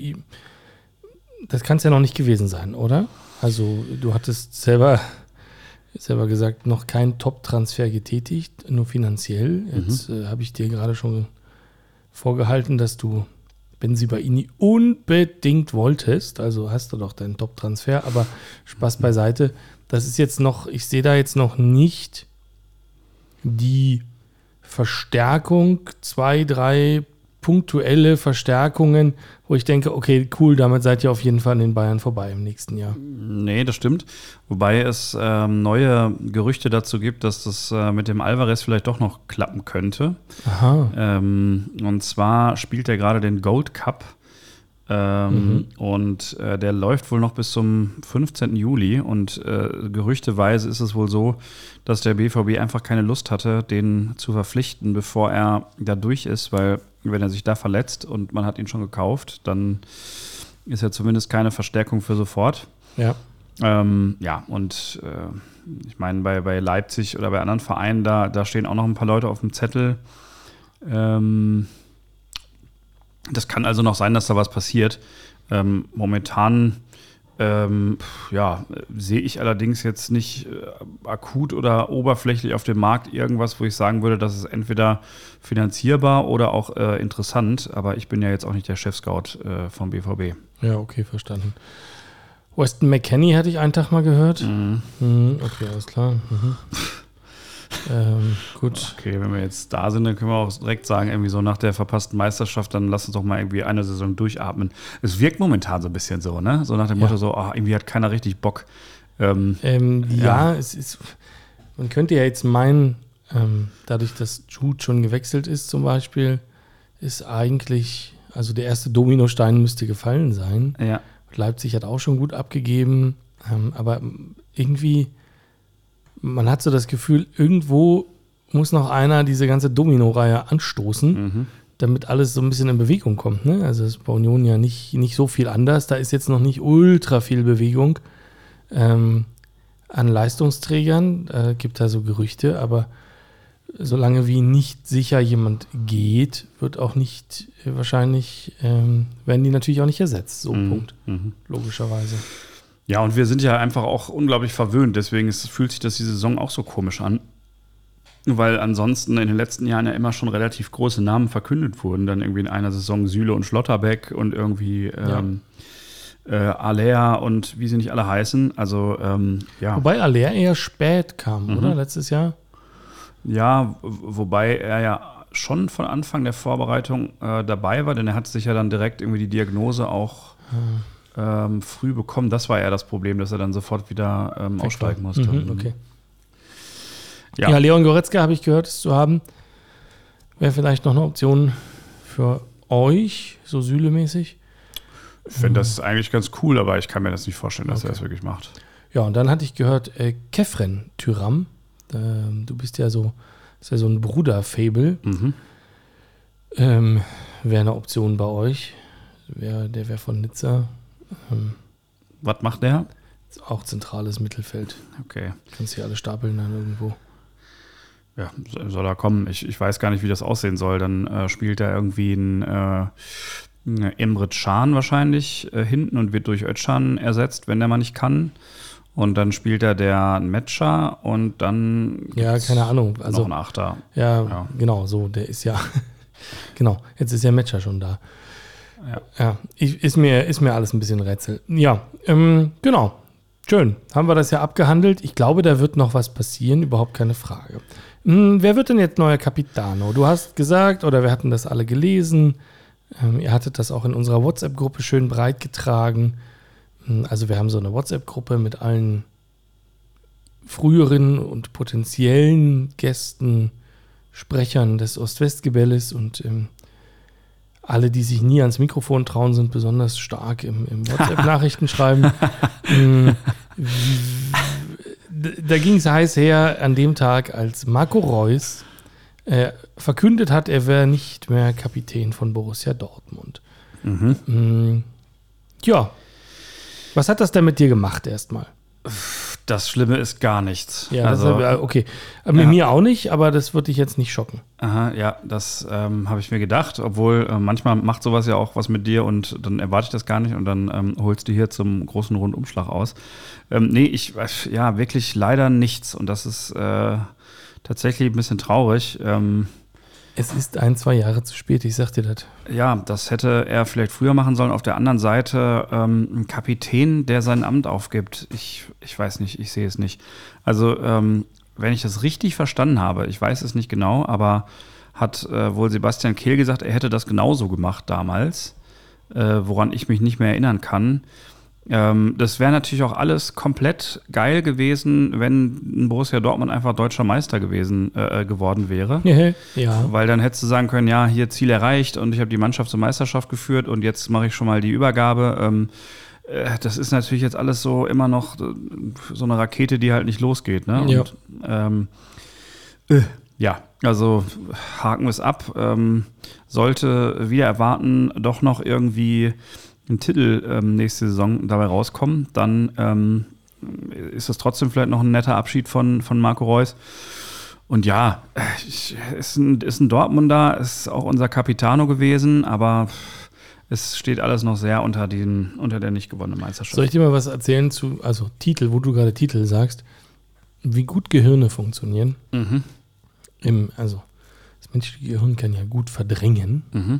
das kann es ja noch nicht gewesen sein, oder? Also du hattest selber... selber gesagt, noch kein Top-Transfer getätigt, nur finanziell. Jetzt mhm. äh, habe ich dir gerade schon vorgehalten, dass du Bensebaini unbedingt wolltest. Also hast du doch deinen Top-Transfer, aber Spaß beiseite. Das ist jetzt noch, ich sehe da jetzt noch nicht die Verstärkung, zwei, drei punktuelle Verstärkungen, wo ich denke, okay, cool, damit seid ihr auf jeden Fall an den Bayern vorbei im nächsten Jahr. Nee, das stimmt. Wobei es ähm, neue Gerüchte dazu gibt, dass das äh, mit dem Alvarez vielleicht doch noch klappen könnte. Aha. Ähm, und zwar spielt er gerade den Gold Cup. Ähm, mhm. Und äh, der läuft wohl noch bis zum fünfzehnten Juli. Und äh, gerüchteweise ist es wohl so, dass der B V B einfach keine Lust hatte, den zu verpflichten, bevor er da durch ist, weil wenn er sich da verletzt und man hat ihn schon gekauft, dann ist er zumindest keine Verstärkung für sofort. Ja. Ähm, ja, und äh, ich meine, bei, bei Leipzig oder bei anderen Vereinen, da, da stehen auch noch ein paar Leute auf dem Zettel. Ähm, das kann also noch sein, dass da was passiert. Ähm, momentan Ähm, ja, sehe ich allerdings jetzt nicht äh, akut oder oberflächlich auf dem Markt irgendwas, wo ich sagen würde, das ist entweder finanzierbar oder auch äh, interessant. Aber ich bin ja jetzt auch nicht der Chef-Scout äh, vom B V B. Ja, okay, verstanden. Weston McKennie hatte ich einen Tag mal gehört. Mhm. Mhm, okay, alles klar. Mhm. ähm, gut. Okay, wenn wir jetzt da sind, dann können wir auch direkt sagen, irgendwie so nach der verpassten Meisterschaft, dann lass uns doch mal irgendwie eine Saison durchatmen. Es wirkt momentan so ein bisschen so, ne? So nach dem ja. Motto so, oh, irgendwie hat keiner richtig Bock. Ähm, ähm, ja, ja, es ist, man könnte ja jetzt meinen, ähm, dadurch, dass Jude schon gewechselt ist zum Beispiel, ist eigentlich, also der erste Dominostein müsste gefallen sein. Ja. Leipzig hat auch schon gut abgegeben, ähm, aber irgendwie man hat so das Gefühl, irgendwo muss noch einer diese ganze Domino-Reihe anstoßen, mhm. damit alles so ein bisschen in Bewegung kommt. Ne? Also das ist bei Union ja nicht, nicht so viel anders. Da ist jetzt noch nicht ultra viel Bewegung ähm, an Leistungsträgern. Äh, gibt da so Gerüchte, aber solange wie nicht sicher jemand geht, wird auch nicht äh, wahrscheinlich, ähm, werden die natürlich auch nicht ersetzt. So, mhm. Punkt. Mhm. Logischerweise. Ja, und wir sind ja einfach auch unglaublich verwöhnt. Deswegen ist, fühlt sich das die Saison auch so komisch an. Weil ansonsten in den letzten Jahren ja immer schon relativ große Namen verkündet wurden. Dann irgendwie in einer Saison Süle und Schlotterbeck und irgendwie ähm, äh, Aller und wie sie nicht alle heißen. Also, ähm, ja. Wobei Aller eher spät kam, Mhm. oder? Letztes Jahr? Ja, w- wobei er ja schon von Anfang der Vorbereitung äh, dabei war, denn er hat sich ja dann direkt irgendwie die Diagnose auch ähm, früh bekommen. Das war eher das Problem, dass er dann sofort wieder ähm, aussteigen musste. Mhm, okay. Ja. Ja, Leon Goretzka habe ich gehört, es zu haben. Wäre vielleicht noch eine Option für euch, so Süle-mäßig. Ich finde das eigentlich ganz cool, aber ich kann mir das nicht vorstellen, dass Okay. er das wirklich macht. Ja, und dann hatte ich gehört, äh, Kefren Tyram. Ähm, du bist ja so, ist ja so ein Bruder-Fable. Mhm. Ähm, wäre eine Option bei euch. Wär, der wäre von Nizza. Ähm, Was macht der? ist auch zentrales Mittelfeld. Okay. Kannst hier alle stapeln dann irgendwo. Ja, so- soll er kommen. Ich, ich weiß gar nicht, wie das aussehen soll. Dann äh, spielt er irgendwie ein äh, ein Emre Can wahrscheinlich äh, hinten und wird durch Özcan ersetzt, wenn der mal nicht kann. Und dann spielt er der Metscher und dann Ja, gibt's keine Ahnung. Also, noch ein Achter. ja, Ja. genau, so, der ist ja, genau, jetzt ist ja Matcher schon da. Ja. Ja, ich, ist, mir, ist mir alles ein bisschen Rätsel. Ja, ähm, genau, schön, haben wir das ja abgehandelt. Ich glaube, da wird noch was passieren, überhaupt keine Frage. Hm, wer wird denn jetzt neuer Capitano? Du hast gesagt, oder wir hatten das alle gelesen, ähm, ihr hattet das auch in unserer WhatsApp-Gruppe schön breit getragen. Hm, Also wir haben so eine WhatsApp-Gruppe mit allen früheren und potenziellen Gästen, Sprechern des Ost-West-Gebälles und ähm, alle, die sich nie ans Mikrofon trauen, sind besonders stark im, im WhatsApp-Nachrichten schreiben. Ähm, d- da ging es heiß her an dem Tag, als Marco Reus äh, verkündet hat, er wäre nicht mehr Kapitän von Borussia Dortmund. Mhm. Mm, Ja, was hat das denn mit dir gemacht erstmal? Das Schlimme ist gar nichts. Ja, also, das, okay. Äh, Mit ja. mir auch nicht, aber das wird dich jetzt nicht schocken. aha, ja, das ähm, habe ich mir gedacht, obwohl äh, manchmal macht sowas ja auch was mit dir und dann erwarte ich das gar nicht und dann ähm, holst du hier zum großen Rundumschlag aus. Ähm, nee, ich, äh, ja, wirklich leider nichts und das ist äh, tatsächlich ein bisschen traurig. Ähm, Es ist ein, zwei Jahre zu spät, ich sag dir das. ja, das hätte er vielleicht früher machen sollen. Auf der anderen Seite ähm, ein Kapitän, der sein Amt aufgibt. Ich, ich weiß nicht, ich sehe es nicht. Also, ähm, wenn ich das richtig verstanden habe, ich weiß es nicht genau, aber hat äh, wohl Sebastian Kehl gesagt, er hätte das genauso gemacht damals, äh, woran ich mich nicht mehr erinnern kann. Ähm, das wäre natürlich auch alles komplett geil gewesen, wenn Borussia Dortmund einfach deutscher Meister gewesen äh, geworden wäre. Ja. Weil dann hättest du sagen können, ja, hier Ziel erreicht und ich habe die Mannschaft zur Meisterschaft geführt und jetzt mache ich schon mal die Übergabe. Ähm, äh, das ist natürlich jetzt alles so immer noch äh, so eine Rakete, die halt nicht losgeht. Ne? Ja. Und, ähm, äh, ja, also haken wir es ab. Ähm, sollte wieder erwarten, doch noch irgendwie ein Titel ähm, nächste Saison dabei rauskommen, dann ähm, ist das trotzdem vielleicht noch ein netter Abschied von, von Marco Reus. Und ja, ich, ist, ein, ist ein Dortmunder, ist auch unser Capitano gewesen, aber es steht alles noch sehr unter, den, unter der nicht gewonnenen Meisterschaft. Soll ich dir mal was erzählen zu, also Titel, wo du gerade Titel sagst, wie gut Gehirne funktionieren? Mhm. Im, also, das menschliche Gehirn kann ja gut verdrängen. Mhm.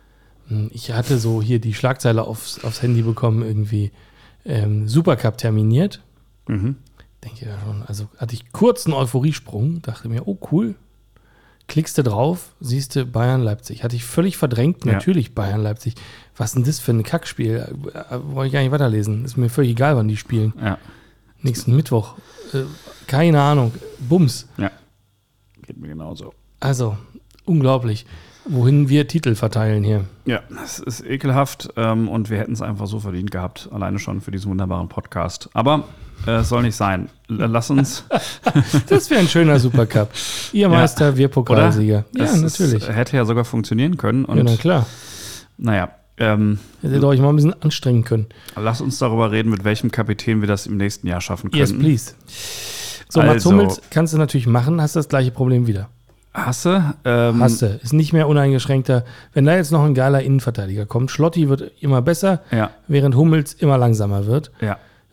Ich hatte so hier die Schlagzeile aufs, aufs Handy bekommen, irgendwie ähm, Supercup terminiert. Mhm. Denke ich ja schon, also hatte ich kurz einen Euphoriesprung, dachte mir, oh cool, klickst du drauf, siehst du Bayern-Leipzig. Hatte ich völlig verdrängt, Ja. natürlich Bayern-Leipzig. Was ist denn das für ein Kackspiel? Äh, Wollte ich gar nicht weiterlesen. Ist mir völlig egal, wann die spielen. Ja. Nächsten Mittwoch. Äh, keine Ahnung. Bums. Ja. Geht mir genauso. Also, unglaublich. Wohin wir Titel verteilen hier. Ja, es ist ekelhaft ähm, und wir hätten es einfach so verdient gehabt, alleine schon für diesen wunderbaren Podcast. Aber äh, es soll nicht sein. L- Lass uns. Das wäre ein schöner Supercup. Ihr Meister, wir Pokalsieger. Ja, Es natürlich. Ist, hätte ja sogar funktionieren können. Und Ja, na klar. naja, ähm, Hättet ihr euch mal ein bisschen anstrengen können. lass uns darüber reden, mit welchem Kapitän wir das im nächsten Jahr schaffen können. Yes, please. So, Mats Also- Hummels kannst du natürlich machen, hast das gleiche Problem wieder. Hasse? Ähm, Hast du. Ist nicht mehr uneingeschränkter. Wenn da jetzt noch ein geiler Innenverteidiger kommt, Schlotti wird immer besser, Ja, während Hummels immer langsamer wird. ja.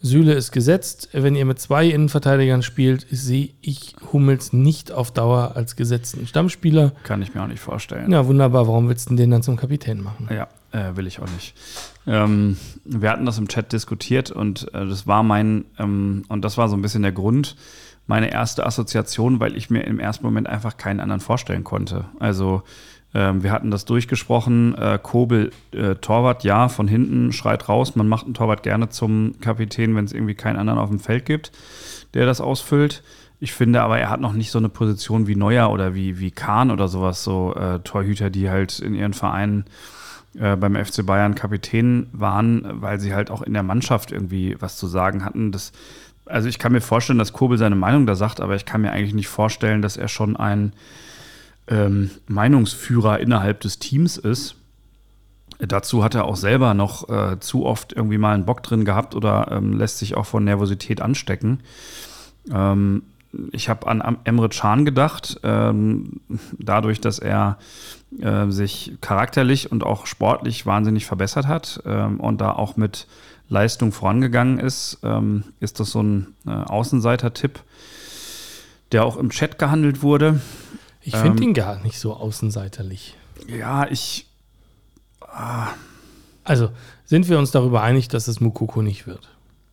Süle ist gesetzt. Wenn ihr mit zwei Innenverteidigern spielt, sehe ich Hummels nicht auf Dauer als gesetzten Stammspieler. Kann ich mir auch nicht vorstellen. Ja, wunderbar. Warum willst du den dann zum Kapitän machen? Ja, äh, will ich auch nicht. Ähm, wir hatten das im Chat diskutiert und äh, das war mein, ähm, und das war so ein bisschen der Grund, meine erste Assoziation, weil ich mir im ersten Moment einfach keinen anderen vorstellen konnte. Also ähm, wir hatten das durchgesprochen, äh, Kobel, äh, Torwart, ja, von hinten, schreit raus, man macht einen Torwart gerne zum Kapitän, wenn es irgendwie keinen anderen auf dem Feld gibt, der das ausfüllt. Ich finde aber, er hat noch nicht so eine Position wie Neuer oder wie, wie Kahn oder sowas, so äh, Torhüter, die halt in ihren Vereinen äh, beim F C Bayern Kapitän waren, weil sie halt auch in der Mannschaft irgendwie was zu sagen hatten. Das, also ich kann mir vorstellen, dass Kobel seine Meinung da sagt, aber ich kann mir eigentlich nicht vorstellen, dass er schon ein ähm, Meinungsführer innerhalb des Teams ist. Dazu hat er auch selber noch äh, zu oft irgendwie mal einen Bock drin gehabt oder ähm, lässt sich auch von Nervosität anstecken. Ähm, ich habe an Emre Can gedacht, ähm, dadurch, dass er äh, sich charakterlich und auch sportlich wahnsinnig verbessert hat ähm, und da auch mit Leistung vorangegangen ist, ähm, ist das so ein äh, Außenseiter-Tipp, der auch im Chat gehandelt wurde. Ich finde ähm, ihn gar nicht so außenseiterlich. Ja, ich... Ah. Also sind wir uns darüber einig, dass es Moukoko nicht wird?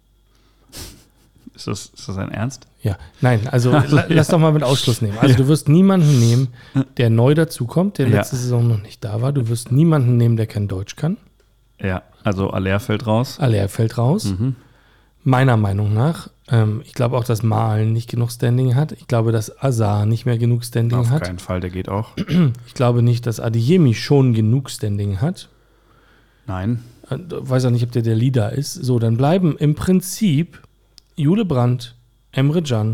Ist das, ist das ein Ernst? Ja, nein, also Also, la, lass ja. doch mal mit Ausschluss nehmen. Also Ja. du wirst niemanden nehmen, der neu dazukommt, der Ja. letzte Saison noch nicht da war. Du wirst niemanden nehmen, der kein Deutsch kann. Ja, also Aller fällt raus. Aller fällt raus. Mhm. Meiner Meinung nach. Ähm, ich glaube auch, dass Malen nicht genug Standing hat. Ich glaube, dass Azar nicht mehr genug Standing Auf hat. keinen Fall, der geht auch. Ich glaube nicht, dass Adeyemi schon genug Standing hat. Nein. Ich weiß auch nicht, ob der der Leader ist. So, dann bleiben im Prinzip Jule Brandt, Emre Can,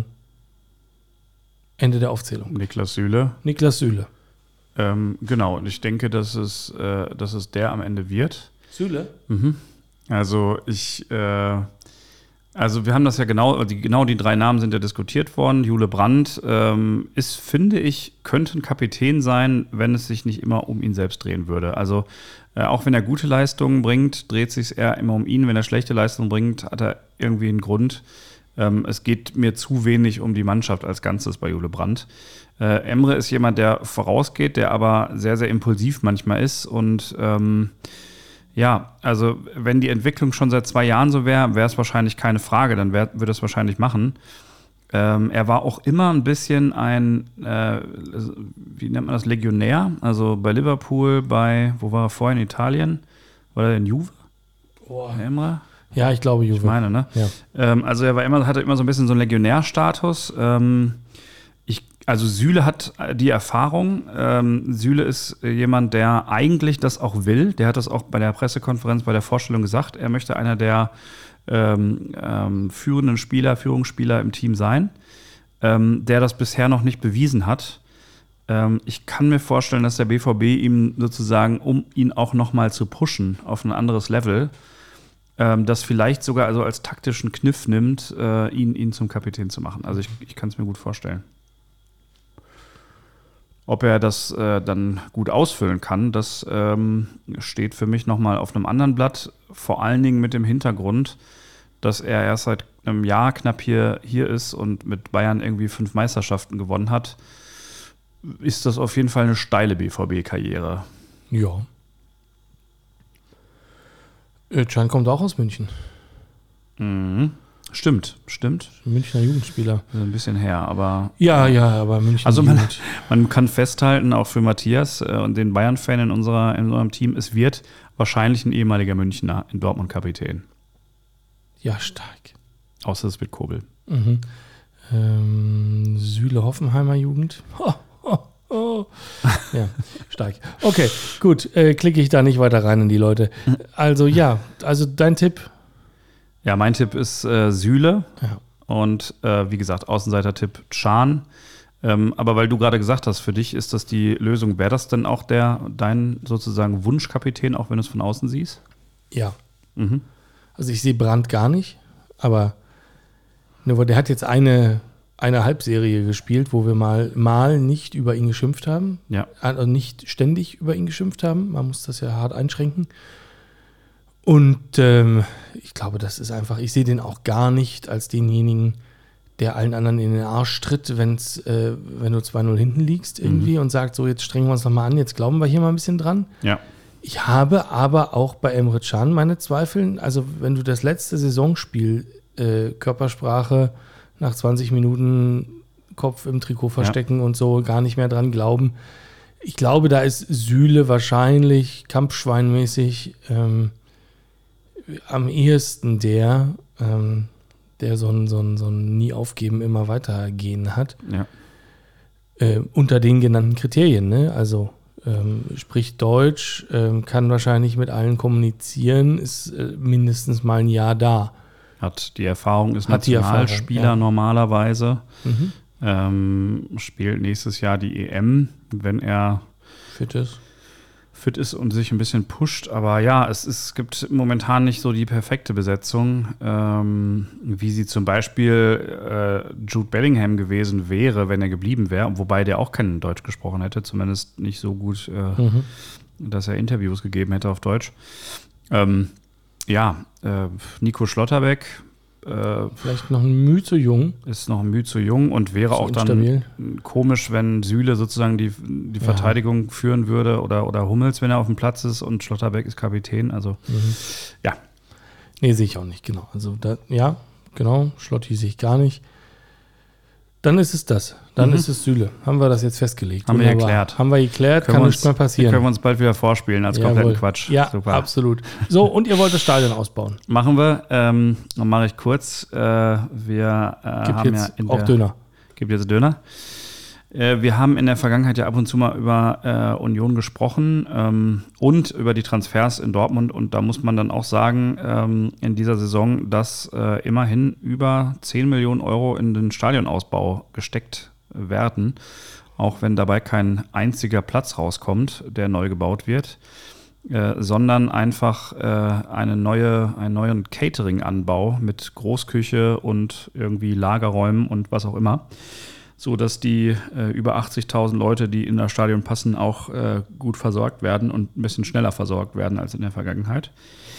Ende der Aufzählung. Niklas Süle. Niklas Süle. Ähm, genau, und ich denke, dass es, äh, dass es der am Ende wird. Süle? Mhm. Also ich, äh, also wir haben das ja genau, die, genau die drei Namen sind ja diskutiert worden. Jule Brandt ähm, ist, finde ich, könnte ein Kapitän sein, wenn es sich nicht immer um ihn selbst drehen würde. Also äh, auch wenn er gute Leistungen bringt, dreht sich es eher immer um ihn. Wenn er schlechte Leistungen bringt, hat er irgendwie einen Grund. Ähm, es geht mir zu wenig um die Mannschaft als Ganzes bei Jule Brandt. Äh, Emre ist jemand, der vorausgeht, der aber sehr, sehr impulsiv manchmal ist und ähm, ja, also wenn die Entwicklung schon seit zwei Jahren so wäre, wäre es wahrscheinlich keine Frage, dann wär, würde es wahrscheinlich machen. Ähm, er war auch immer ein bisschen ein, äh, wie nennt man das, Legionär, also bei Liverpool, bei, wo war er vorher, in Italien? War er in Juve? Oh. Emre? Ja, ich glaube Juve. Ich meine, ne? Ja. Ähm, also er war immer, hatte immer so ein bisschen so einen Legionärstatus. Ähm, ich, also Süle hat die Erfahrung. Ähm, Süle ist jemand, der eigentlich das auch will. Der hat das auch bei der Pressekonferenz, bei der Vorstellung gesagt. Er möchte einer der ähm, ähm, führenden Spieler, Führungsspieler im Team sein, ähm, der das bisher noch nicht bewiesen hat. Ähm, ich kann mir vorstellen, dass der B V B ihm sozusagen, um ihn auch noch mal zu pushen auf ein anderes Level, ähm, das vielleicht sogar also als taktischen Kniff nimmt, äh, ihn, ihn zum Kapitän zu machen. Also ich, ich kann es mir gut vorstellen. Ob er das äh, dann gut ausfüllen kann, das ähm, steht für mich noch mal auf einem anderen Blatt. Vor allen Dingen mit dem Hintergrund, dass er erst seit einem Jahr knapp hier, hier ist und mit Bayern irgendwie fünf Meisterschaften gewonnen hat, ist das auf jeden Fall eine steile B V B-Karriere. Ja. Äh, Can kommt auch aus München. Mhm. Stimmt, stimmt. Münchner Jugendspieler. Ein bisschen her, aber. Ja, ja, aber München. Also man, Jugend. man kann festhalten, auch für Matthias äh, und den Bayern-Fan in, unserer, in unserem Team, es wird wahrscheinlich ein ehemaliger Münchner in Dortmund Kapitän. Ja, stark. Außer es wird Kobel. Mhm. Ähm, Süle Hoffenheimer Jugend. Ho, ho, ho. Ja, stark. Okay, gut. Äh, klicke ich da nicht weiter rein in die Leute. Also ja, also dein Tipp. Ja, mein Tipp ist äh, Süle. Ja. Und äh, wie gesagt, Außenseiter-Tipp Can. Ähm, aber weil du gerade gesagt hast, für dich ist das die Lösung. Wäre das denn auch der dein sozusagen Wunschkapitän, auch wenn du es von außen siehst? Ja. Mhm. Also ich sehe Brandt gar nicht, aber ne, der hat jetzt eine, eine Halbserie gespielt, wo wir mal, mal nicht über ihn geschimpft haben. Ja. Also nicht ständig über ihn geschimpft haben. Man muss das ja hart einschränken. Und ähm, ich glaube, das ist einfach, ich sehe den auch gar nicht als denjenigen, der allen anderen in den Arsch tritt, wenn's, äh, wenn du zwei null hinten liegst irgendwie mhm. und sagt, so jetzt strengen wir uns nochmal an, jetzt glauben wir hier mal ein bisschen dran. Ja. Ich habe aber auch bei Emre Can meine Zweifel. Also wenn du das letzte Saisonspiel äh, Körpersprache nach zwanzig Minuten Kopf im Trikot verstecken ja. und so gar nicht mehr dran glauben. Ich glaube, da ist Süle wahrscheinlich kampfschweinmäßig ähm, am ehesten der, ähm, der so ein, so ein, so ein Nie-Aufgeben, immer weitergehen hat. Ja. Äh, unter den genannten Kriterien, ne? Also ähm, spricht Deutsch, ähm, kann wahrscheinlich mit allen kommunizieren, ist äh, mindestens mal ein Jahr da. Hat die Erfahrung, ist Hat Nationalspieler ja. normalerweise. Mhm. Ähm, spielt nächstes Jahr die E M, wenn er fit ist. fit ist und sich ein bisschen pusht. Aber ja, es, ist, es gibt momentan nicht so die perfekte Besetzung, ähm, wie sie zum Beispiel äh, Jude Bellingham gewesen wäre, wenn er geblieben wäre. Wobei der auch kein Deutsch gesprochen hätte, zumindest nicht so gut, äh, mhm. dass er Interviews gegeben hätte auf Deutsch. Ähm, ja, äh, Nico Schlotterbeck äh, vielleicht noch ein Mühe zu jung. Ist noch ein Mühe zu jung und wäre so auch instabil. Dann komisch, wenn Süle sozusagen die, die ja. Verteidigung führen würde oder, oder Hummels, wenn er auf dem Platz ist und Schlotterbeck ist Kapitän. Also, mhm. ja. Nee, sehe ich auch nicht, genau. Also, da, ja, genau, Schlotti sehe ich gar nicht. Dann ist es das. Dann mhm. ist es Süle. Haben wir das jetzt festgelegt? Haben Wunderbar. wir geklärt. Haben wir geklärt, können kann nichts mehr passieren. Können wir uns bald wieder vorspielen als Jawohl. kompletten Quatsch. Ja, super. Absolut. So, und ihr wollt das Stadion ausbauen. Machen wir. Ähm, dann mache ich kurz. Äh, wir äh, Gibt haben jetzt ja in auch der, Döner. Gibt jetzt Döner. Äh, wir haben in der Vergangenheit ja ab und zu mal über äh, Union gesprochen ähm, und über die Transfers in Dortmund. Und da muss man dann auch sagen, ähm, in dieser Saison, dass äh, immerhin über zehn Millionen Euro in den Stadionausbau gesteckt werden, auch wenn dabei kein einziger Platz rauskommt, der neu gebaut wird, äh, sondern einfach äh, eine neue, einen neuen Catering-Anbau mit Großküche und irgendwie Lagerräumen und was auch immer, so dass die äh, über achtzigtausend Leute, die in das Stadion passen, auch äh, gut versorgt werden und ein bisschen schneller versorgt werden als in der Vergangenheit.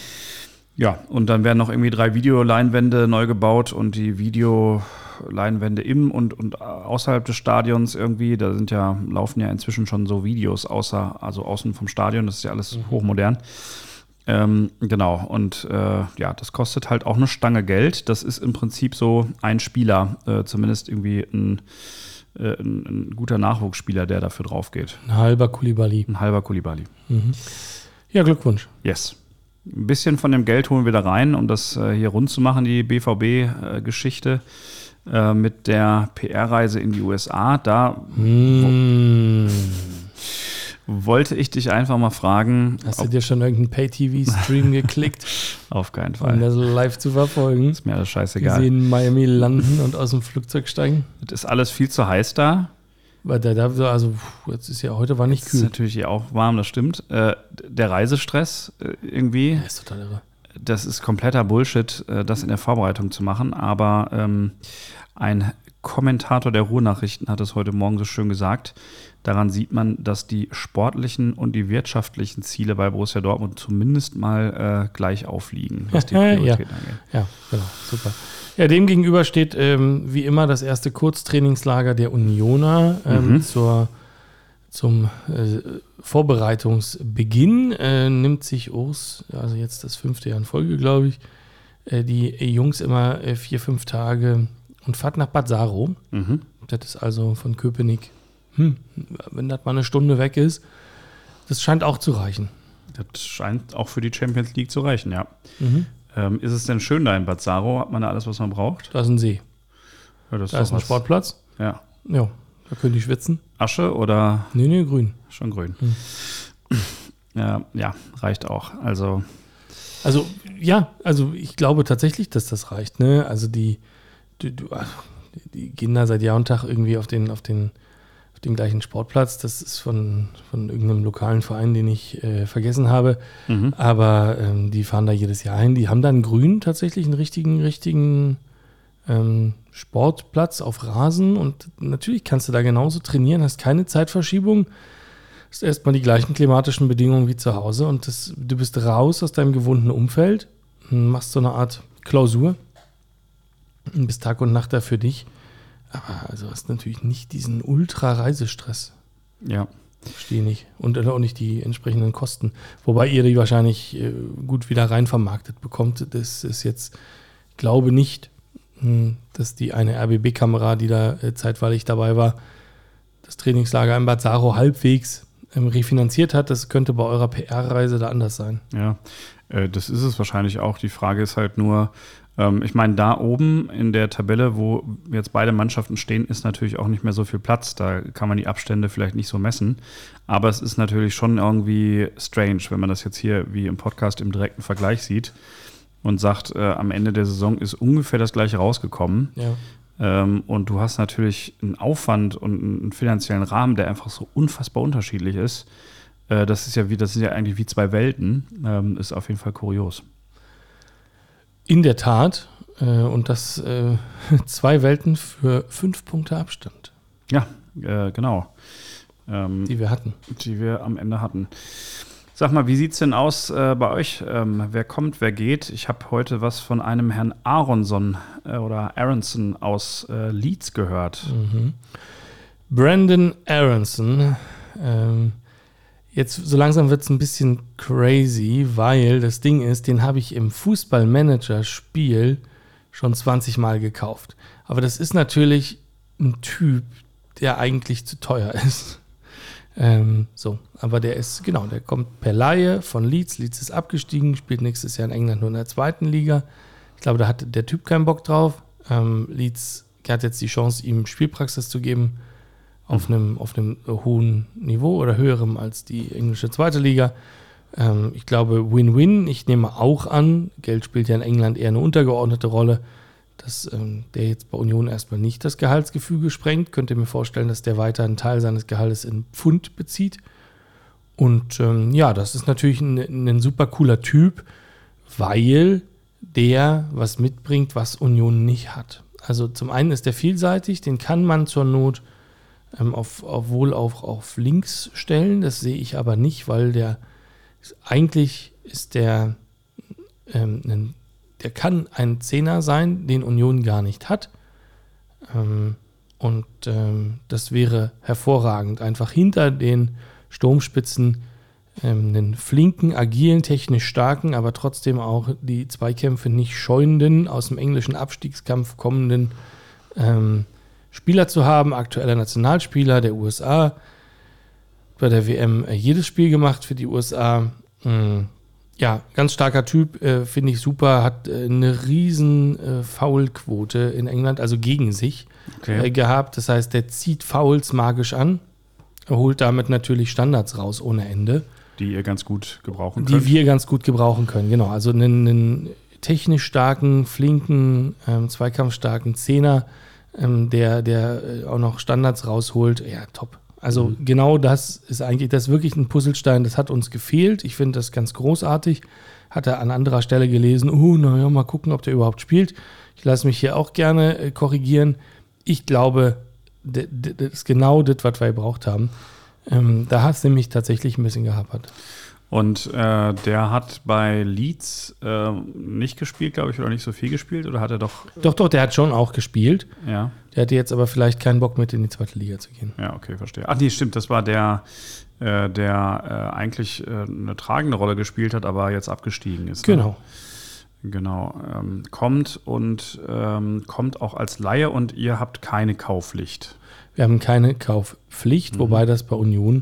Ja, und dann werden noch irgendwie drei Videoleinwände neu gebaut und die Videoleinwände im und, und außerhalb des Stadions irgendwie, da sind ja, laufen ja inzwischen schon so Videos außer, also außen vom Stadion, das ist ja alles mhm. hochmodern. Ähm, genau, und äh, ja, das kostet halt auch eine Stange Geld. Das ist im Prinzip so ein Spieler, äh, zumindest irgendwie ein, äh, ein, ein guter Nachwuchsspieler, der dafür drauf geht. Ein halber Koulibaly. Ein halber Koulibaly. Mhm. Ja, Glückwunsch. Yes. Ein bisschen von dem Geld holen wir da rein, um das äh, hier rund zu machen, die B V B-Geschichte äh, mit der P R-Reise in die U S A. Da mm. wo, wollte ich dich einfach mal fragen. Hast du dir schon irgendeinen Pay-T V-Stream geklickt? Auf keinen Fall. Um das live zu verfolgen. Ist mir alles scheißegal. Sie in Miami landen und aus dem Flugzeug steigen. Das ist alles viel zu heiß da. Weil da, da, also jetzt ist ja, heute war nicht kühl. Ist natürlich hier auch warm, das stimmt. Äh, der Reisestress äh, irgendwie. Ja, ist total irre. Das ist kompletter Bullshit, äh, das in der Vorbereitung zu machen. Aber ähm, ein Kommentator der Ruhrnachrichten hat es heute Morgen so schön gesagt. Daran sieht man, dass die sportlichen und die wirtschaftlichen Ziele bei Borussia Dortmund zumindest mal äh, gleich aufliegen, was die Prioritäten ja. angeht. Ja, genau, super. Ja, dem gegenüber steht ähm, wie immer das erste Kurztrainingslager der Unioner ähm, mhm. zur, zum äh, Vorbereitungsbeginn. Äh, nimmt sich Urs, also jetzt das fünfte Jahr in Folge, glaube ich, äh, die Jungs immer äh, vier, fünf Tage und fahrt nach Bad Saro. Mhm. Das ist also von Köpenick, hm, wenn das mal eine Stunde weg ist, das scheint auch zu reichen. Das scheint auch für die Champions League zu reichen, ja. Mhm. Ähm, ist es denn schön da in Bad Saro? Hat man da alles, was man braucht? Da ist ein See. Ja, das da ist ein was. Sportplatz. Ja. Ja, da können die schwitzen. Asche oder? Nee, nee, grün. Schon grün. Hm. Ja, ja, reicht auch. Also, also ja, also ich glaube tatsächlich, dass das reicht. Ne? Also die, die, die gehen da seit Jahr und Tag irgendwie auf den, auf den, auf den gleichen Sportplatz. Das ist von, von irgendeinem lokalen Verein, den ich äh, vergessen habe. mhm. Aber ähm, die fahren da jedes Jahr hin. Die haben da einen grün, tatsächlich einen richtigen, richtigen ähm, Sportplatz auf Rasen. Und natürlich kannst du da genauso trainieren, hast keine Zeitverschiebung. hast erstmal die gleichen klimatischen Bedingungen wie zu Hause und das, du bist raus aus deinem gewohnten Umfeld, machst so eine Art Klausur und bist Tag und Nacht da für dich. Aber also hast natürlich nicht diesen Ultra-Reisestress. Ja. Verstehe nicht. Und auch nicht die entsprechenden Kosten. Wobei ihr die wahrscheinlich äh, gut wieder rein vermarktet bekommt. Das ist jetzt, glaube nicht, mh, dass die eine R B B-Kamera, die da äh, zeitweilig dabei war, das Trainingslager in Bad Saro halbwegs ähm, refinanziert hat. Das könnte bei eurer P R-Reise da anders sein. Ja, äh, das ist es wahrscheinlich auch. Die Frage ist halt nur, ähm, ich meine, da oben in der Tabelle, wo jetzt beide Mannschaften stehen, ist natürlich auch nicht mehr so viel Platz. Da kann man die Abstände vielleicht nicht so messen. Aber es ist natürlich schon irgendwie strange, wenn man das jetzt hier wie im Podcast im direkten Vergleich sieht und sagt, äh, am Ende der Saison ist ungefähr das Gleiche rausgekommen. Ja. Ähm, und du hast natürlich einen Aufwand und einen finanziellen Rahmen, der einfach so unfassbar unterschiedlich ist. Äh, das ist ja wie, das sind ja eigentlich wie zwei Welten. Ähm, ist auf jeden Fall kurios. In der Tat. Äh, und das äh, zwei Welten für fünf Punkte Abstand. Ja, äh, genau. Ähm, die wir hatten. Die wir am Ende hatten. Sag mal, wie sieht es denn aus äh, bei euch? Ähm, wer kommt, wer geht? Ich habe heute was von einem Herrn Aronson äh, oder Aronson aus äh, Leeds gehört. Mhm. Brandon Aronson. Ähm, jetzt so langsam wird es ein bisschen crazy, weil das Ding ist, den habe ich im Fußballmanager-Spiel schon zwanzig Mal gekauft. Aber das ist natürlich ein Typ, der eigentlich zu teuer ist. Ähm, so, aber der ist, genau, der kommt per Leihe von Leeds. Leeds ist abgestiegen, spielt nächstes Jahr in England nur in der zweiten Liga. Ich glaube, da hat der Typ keinen Bock drauf. Ähm, Leeds hat jetzt die Chance, ihm Spielpraxis zu geben auf einem, auf einem hohen Niveau oder höherem als die englische zweite Liga. Ähm, ich glaube, Win-Win. Ich nehme auch an, Geld spielt ja in England eher eine untergeordnete Rolle, dass ähm, der jetzt bei Union erstmal nicht das Gehaltsgefüge sprengt. Könnt ihr mir vorstellen, dass der weiter einen Teil seines Gehaltes in Pfund bezieht. Und ähm, ja, das ist natürlich ein, ein super cooler Typ, weil der was mitbringt, was Union nicht hat. Also zum einen ist der vielseitig, den kann man zur Not ähm, auf, auf wohl auch auf links stellen. Das sehe ich aber nicht, weil der eigentlich ist der ähm, ein Der kann ein Zehner sein, den Union gar nicht hat. Ähm, und ähm, das wäre hervorragend. Einfach hinter den Sturmspitzen ähm, einen flinken, agilen, technisch starken, aber trotzdem auch die Zweikämpfe nicht scheuenden, aus dem englischen Abstiegskampf kommenden ähm, Spieler zu haben. Aktueller Nationalspieler der U S A. Bei der W M äh, jedes Spiel gemacht für die U S A. Ähm, Ja, ganz starker Typ, äh, finde ich super, hat äh, eine riesen äh, Foulquote in England, also gegen sich Okay. äh, gehabt. Das heißt, der zieht Fouls magisch an, holt damit natürlich Standards raus ohne Ende. Die ihr ganz gut gebrauchen Die könnt. wir ganz gut gebrauchen können, genau. Also einen, einen technisch starken, flinken, ähm, zweikampfstarken Zehner, ähm, der, der äh, auch noch Standards rausholt. Ja, top. Also mhm. genau das ist eigentlich, das ist wirklich ein Puzzlestein, das hat uns gefehlt. Ich finde das ganz großartig. Hat er an anderer Stelle gelesen, oh, naja, mal gucken, ob der überhaupt spielt. Ich lasse mich hier auch gerne äh, korrigieren. Ich glaube, das ist genau das, was wir gebraucht haben. Ähm, da hat es nämlich tatsächlich ein bisschen gehapert. Und äh, der hat bei Leeds äh, nicht gespielt, glaube ich, oder nicht so viel gespielt, oder hat er doch? Doch, doch, der hat schon auch gespielt. Ja. Der hatte jetzt aber vielleicht keinen Bock mit in die zweite Liga zu gehen. Ja, okay, verstehe. Ach nee, stimmt, das war der, äh, der äh, eigentlich äh, eine tragende Rolle gespielt hat, aber jetzt abgestiegen ist. Genau. Ne? Genau. Ähm, kommt und ähm, kommt auch als Laie und ihr habt keine Kaufpflicht. Wir haben keine Kaufpflicht, Mhm. wobei das bei Union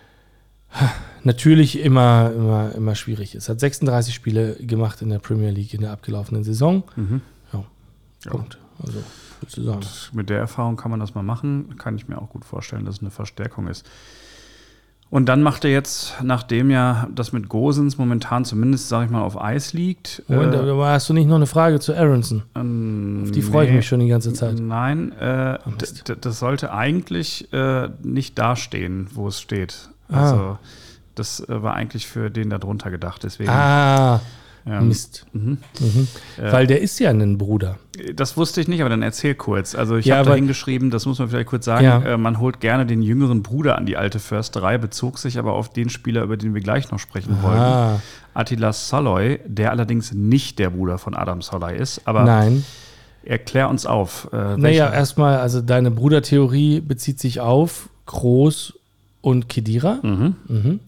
natürlich immer, immer, immer schwierig ist. Hat sechsunddreißig Spiele gemacht in der Premier League in der abgelaufenen Saison. Mhm. Ja, Ja. Punkt. Also, sozusagen. Und mit der Erfahrung kann man das mal machen. Kann ich mir auch gut vorstellen, dass es eine Verstärkung ist. Und dann macht er jetzt, nachdem ja das mit Gosens momentan zumindest, sage ich mal, auf Eis liegt. Moment, äh, aber hast du nicht noch eine Frage zu Aronson? ähm, Auf die freue ich nee. mich schon die ganze Zeit. Nein, äh, Oh, Mist. d- d- das sollte eigentlich äh, nicht dastehen, wo es steht. Ah. Also das äh, war eigentlich für den da drunter gedacht. Deswegen Ah, Ja. Mist. Mhm. Mhm. Ja. Weil der ist ja ein Bruder. Das wusste ich nicht, aber dann erzähl kurz. Also ich Ja, habe da aber- hingeschrieben, das muss man vielleicht kurz sagen, Ja. äh, man holt gerne den jüngeren Bruder an die alte Försterei, bezog sich aber auf den Spieler, über den wir gleich noch sprechen wollen. Ah, Attila Szalai, der allerdings nicht der Bruder von Adam Szalai ist. Aber nein. erklär uns auf. Äh, Naja, welcher- erstmal, also deine Brudertheorie bezieht sich auf Kroos und Khedira, Mhm. mhm.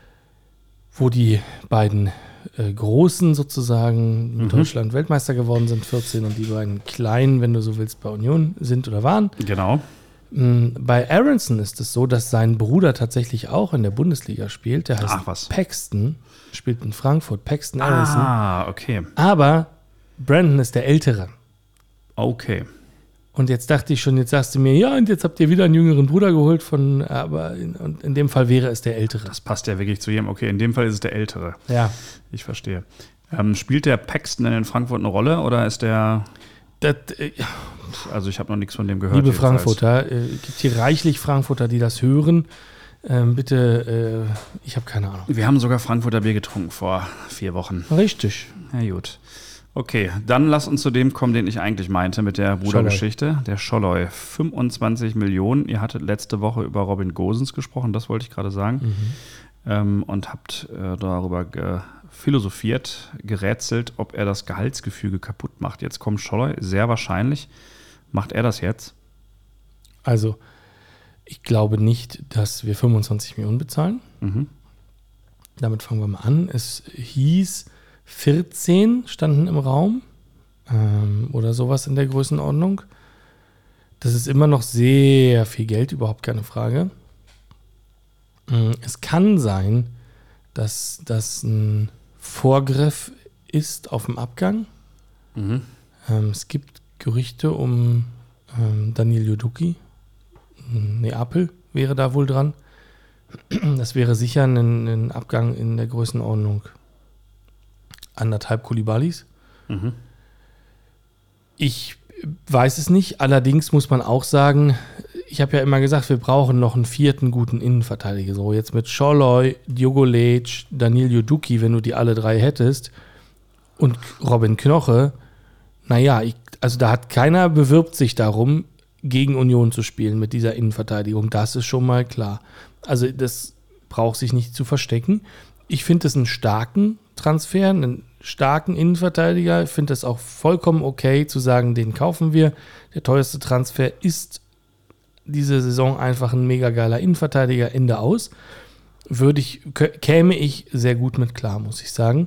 wo die beiden äh, Großen sozusagen in Mhm. Deutschland Weltmeister geworden sind, vierzehn, und die beiden Kleinen, wenn du so willst, bei Union sind oder waren. Genau. Mm, Bei Aronson ist es so, dass sein Bruder tatsächlich auch in der Bundesliga spielt. Der heißt Ach, was. Paxton, spielt in Frankfurt, Paxton Aronson. Ah, okay. Aber Brandon ist der Ältere. Okay. Und jetzt dachte ich schon, jetzt sagst du mir, ja, und jetzt habt ihr wieder einen jüngeren Bruder geholt von, aber in, und in dem Fall wäre es der Ältere. Das passt ja wirklich zu jedem. Okay, in dem Fall ist es der Ältere. Ja, Ich verstehe. Ähm, spielt der Paxton denn in Frankfurt eine Rolle oder ist der, das, äh, also ich habe noch nichts von dem gehört. liebe jedenfalls. Frankfurter, äh, gibt hier reichlich Frankfurter, die das hören. Ähm, bitte, äh, ich habe keine Ahnung. Wir haben sogar Frankfurter Bier getrunken vor vier Wochen. Richtig. Ja, gut. Okay, dann lass uns zu dem kommen, den ich eigentlich meinte mit der Brudergeschichte. Der Scholloy, fünfundzwanzig Millionen. Ihr hattet letzte Woche über Robin Gosens gesprochen, das wollte ich gerade sagen. Mhm. Ähm, und habt äh, darüber ge- philosophiert, gerätselt, ob er das Gehaltsgefüge kaputt macht. Jetzt kommt Scholloy, sehr wahrscheinlich. Macht er das jetzt? Also, ich glaube nicht, dass wir fünfundzwanzig Millionen bezahlen. Mhm. Damit fangen wir mal an. Es hieß, vierzehn standen im Raum ähm, oder sowas in der Größenordnung. Das ist immer noch sehr viel Geld, überhaupt keine Frage. Ähm, es kann sein, dass das ein Vorgriff ist auf dem Abgang. Mhm. Ähm, es gibt Gerüchte um ähm, Daniil Juduki. Neapel wäre da wohl dran. Das wäre sicher ein, ein Abgang in der Größenordnung anderthalb Koulibalis. Mhm. Ich weiß es nicht. Allerdings muss man auch sagen, ich habe ja immer gesagt, wir brauchen noch einen vierten guten Innenverteidiger. So jetzt mit Scholloy, Diogo Lec, Daniil Juduki, wenn du die alle drei hättest, und Robin Knoche. Naja, ich, also da hat keiner bewirbt sich darum, gegen Union zu spielen mit dieser Innenverteidigung. Das ist schon mal klar. Also das braucht sich nicht zu verstecken. Ich finde es einen starken Transfer, einen starken Innenverteidiger. Ich finde es auch vollkommen okay zu sagen, den kaufen wir. Der teuerste Transfer ist diese Saison einfach ein mega geiler Innenverteidiger, Ende aus. Würde ich, käme ich sehr gut mit klar, muss ich sagen.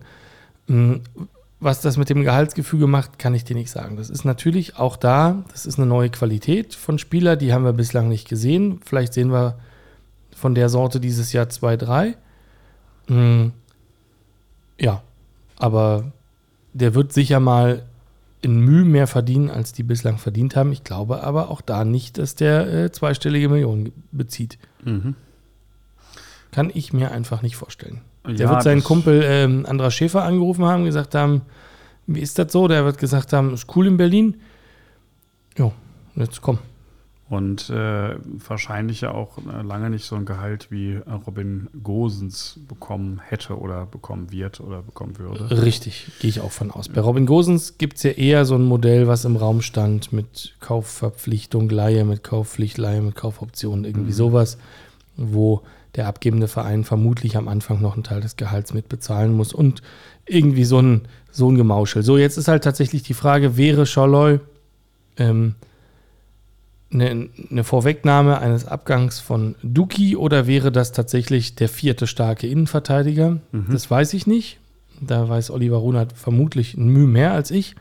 Was das mit dem Gehaltsgefüge macht, kann ich dir nicht sagen. Das ist natürlich auch da, das ist eine neue Qualität von Spieler, die haben wir bislang nicht gesehen. Vielleicht sehen wir von der Sorte dieses Jahr zwei, drei. Hm. Ja, aber der wird sicher mal in Mühe mehr verdienen, als die bislang verdient haben. Ich glaube aber auch da nicht, dass der äh, zweistellige Millionen bezieht. Mhm. Kann ich mir einfach nicht vorstellen. Der Ja, wird seinen das- Kumpel ähm, Andras Schäfer angerufen haben, gesagt haben, wie ist das so? Der wird gesagt haben, ist cool in Berlin. Jo, jetzt komm. Und äh, wahrscheinlich ja auch äh, lange nicht so ein Gehalt wie äh, Robin Gosens bekommen hätte oder bekommen wird oder bekommen würde. Richtig, gehe ich auch von aus. Bei Robin Gosens gibt es ja eher so ein Modell, was im Raum stand mit Kaufverpflichtung, Leihe, mit Kaufpflicht, Leihe, mit Kaufoptionen, irgendwie Mhm. sowas, wo der abgebende Verein vermutlich am Anfang noch einen Teil des Gehalts mitbezahlen muss und irgendwie so ein, so ein Gemauschel. So, jetzt ist halt tatsächlich die Frage, wäre Scholloy ähm, eine, eine Vorwegnahme eines Abgangs von Duki oder wäre das tatsächlich der vierte starke Innenverteidiger? Mhm. Das weiß ich nicht. Da weiß Oliver Runert vermutlich ein Mühe mehr als ich.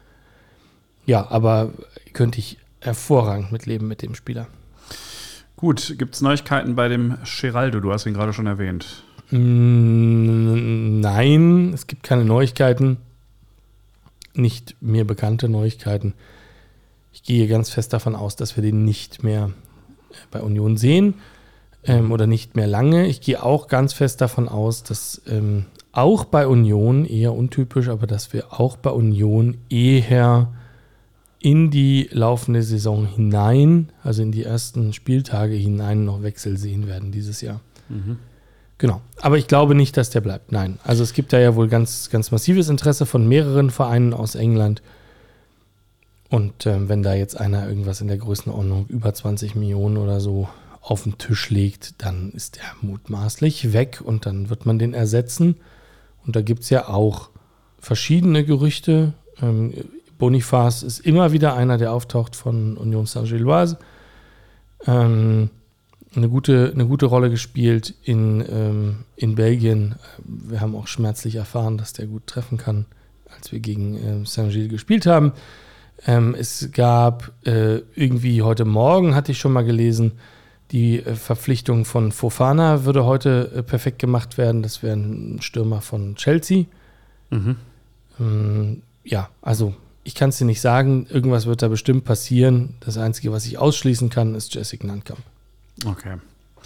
Ja, aber könnte ich hervorragend mitleben mit dem Spieler. Gut, gibt es Neuigkeiten bei dem Geraldo? Du hast ihn gerade schon erwähnt. Mm, Nein, es gibt keine Neuigkeiten. Nicht mir bekannte Neuigkeiten. Ich gehe ganz fest davon aus, dass wir den nicht mehr bei Union sehen ähm, oder nicht mehr lange. Ich gehe auch ganz fest davon aus, dass ähm, auch bei Union, eher untypisch, aber dass wir auch bei Union eher in die laufende Saison hinein, also in die ersten Spieltage hinein, noch Wechsel sehen werden dieses Jahr. Mhm. Genau. Aber ich glaube nicht, dass der bleibt. Nein. Also es gibt da ja wohl ganz, ganz massives Interesse von mehreren Vereinen aus England. Und ähm, wenn da jetzt einer irgendwas in der Größenordnung über zwanzig Millionen oder so auf den Tisch legt, dann ist er mutmaßlich weg und dann wird man den ersetzen. Und da gibt es ja auch verschiedene Gerüchte. Ähm, Boniface ist immer wieder einer, der auftaucht von Union Saint-Gilloise. Ähm, eine gute, eine gute Rolle gespielt in, ähm, in Belgien. Wir haben auch schmerzlich erfahren, dass der gut treffen kann, als wir gegen ähm, Saint-Gilles gespielt haben. Ähm, es gab äh, irgendwie heute Morgen, hatte ich schon mal gelesen, die äh, Verpflichtung von Fofana würde heute äh, perfekt gemacht werden. Das wäre ein Stürmer von Chelsea. Mhm. Ähm, ja, also ich kann es dir nicht sagen. Irgendwas wird da bestimmt passieren. Das Einzige, was ich ausschließen kann, ist Jessica Nankamp. Okay.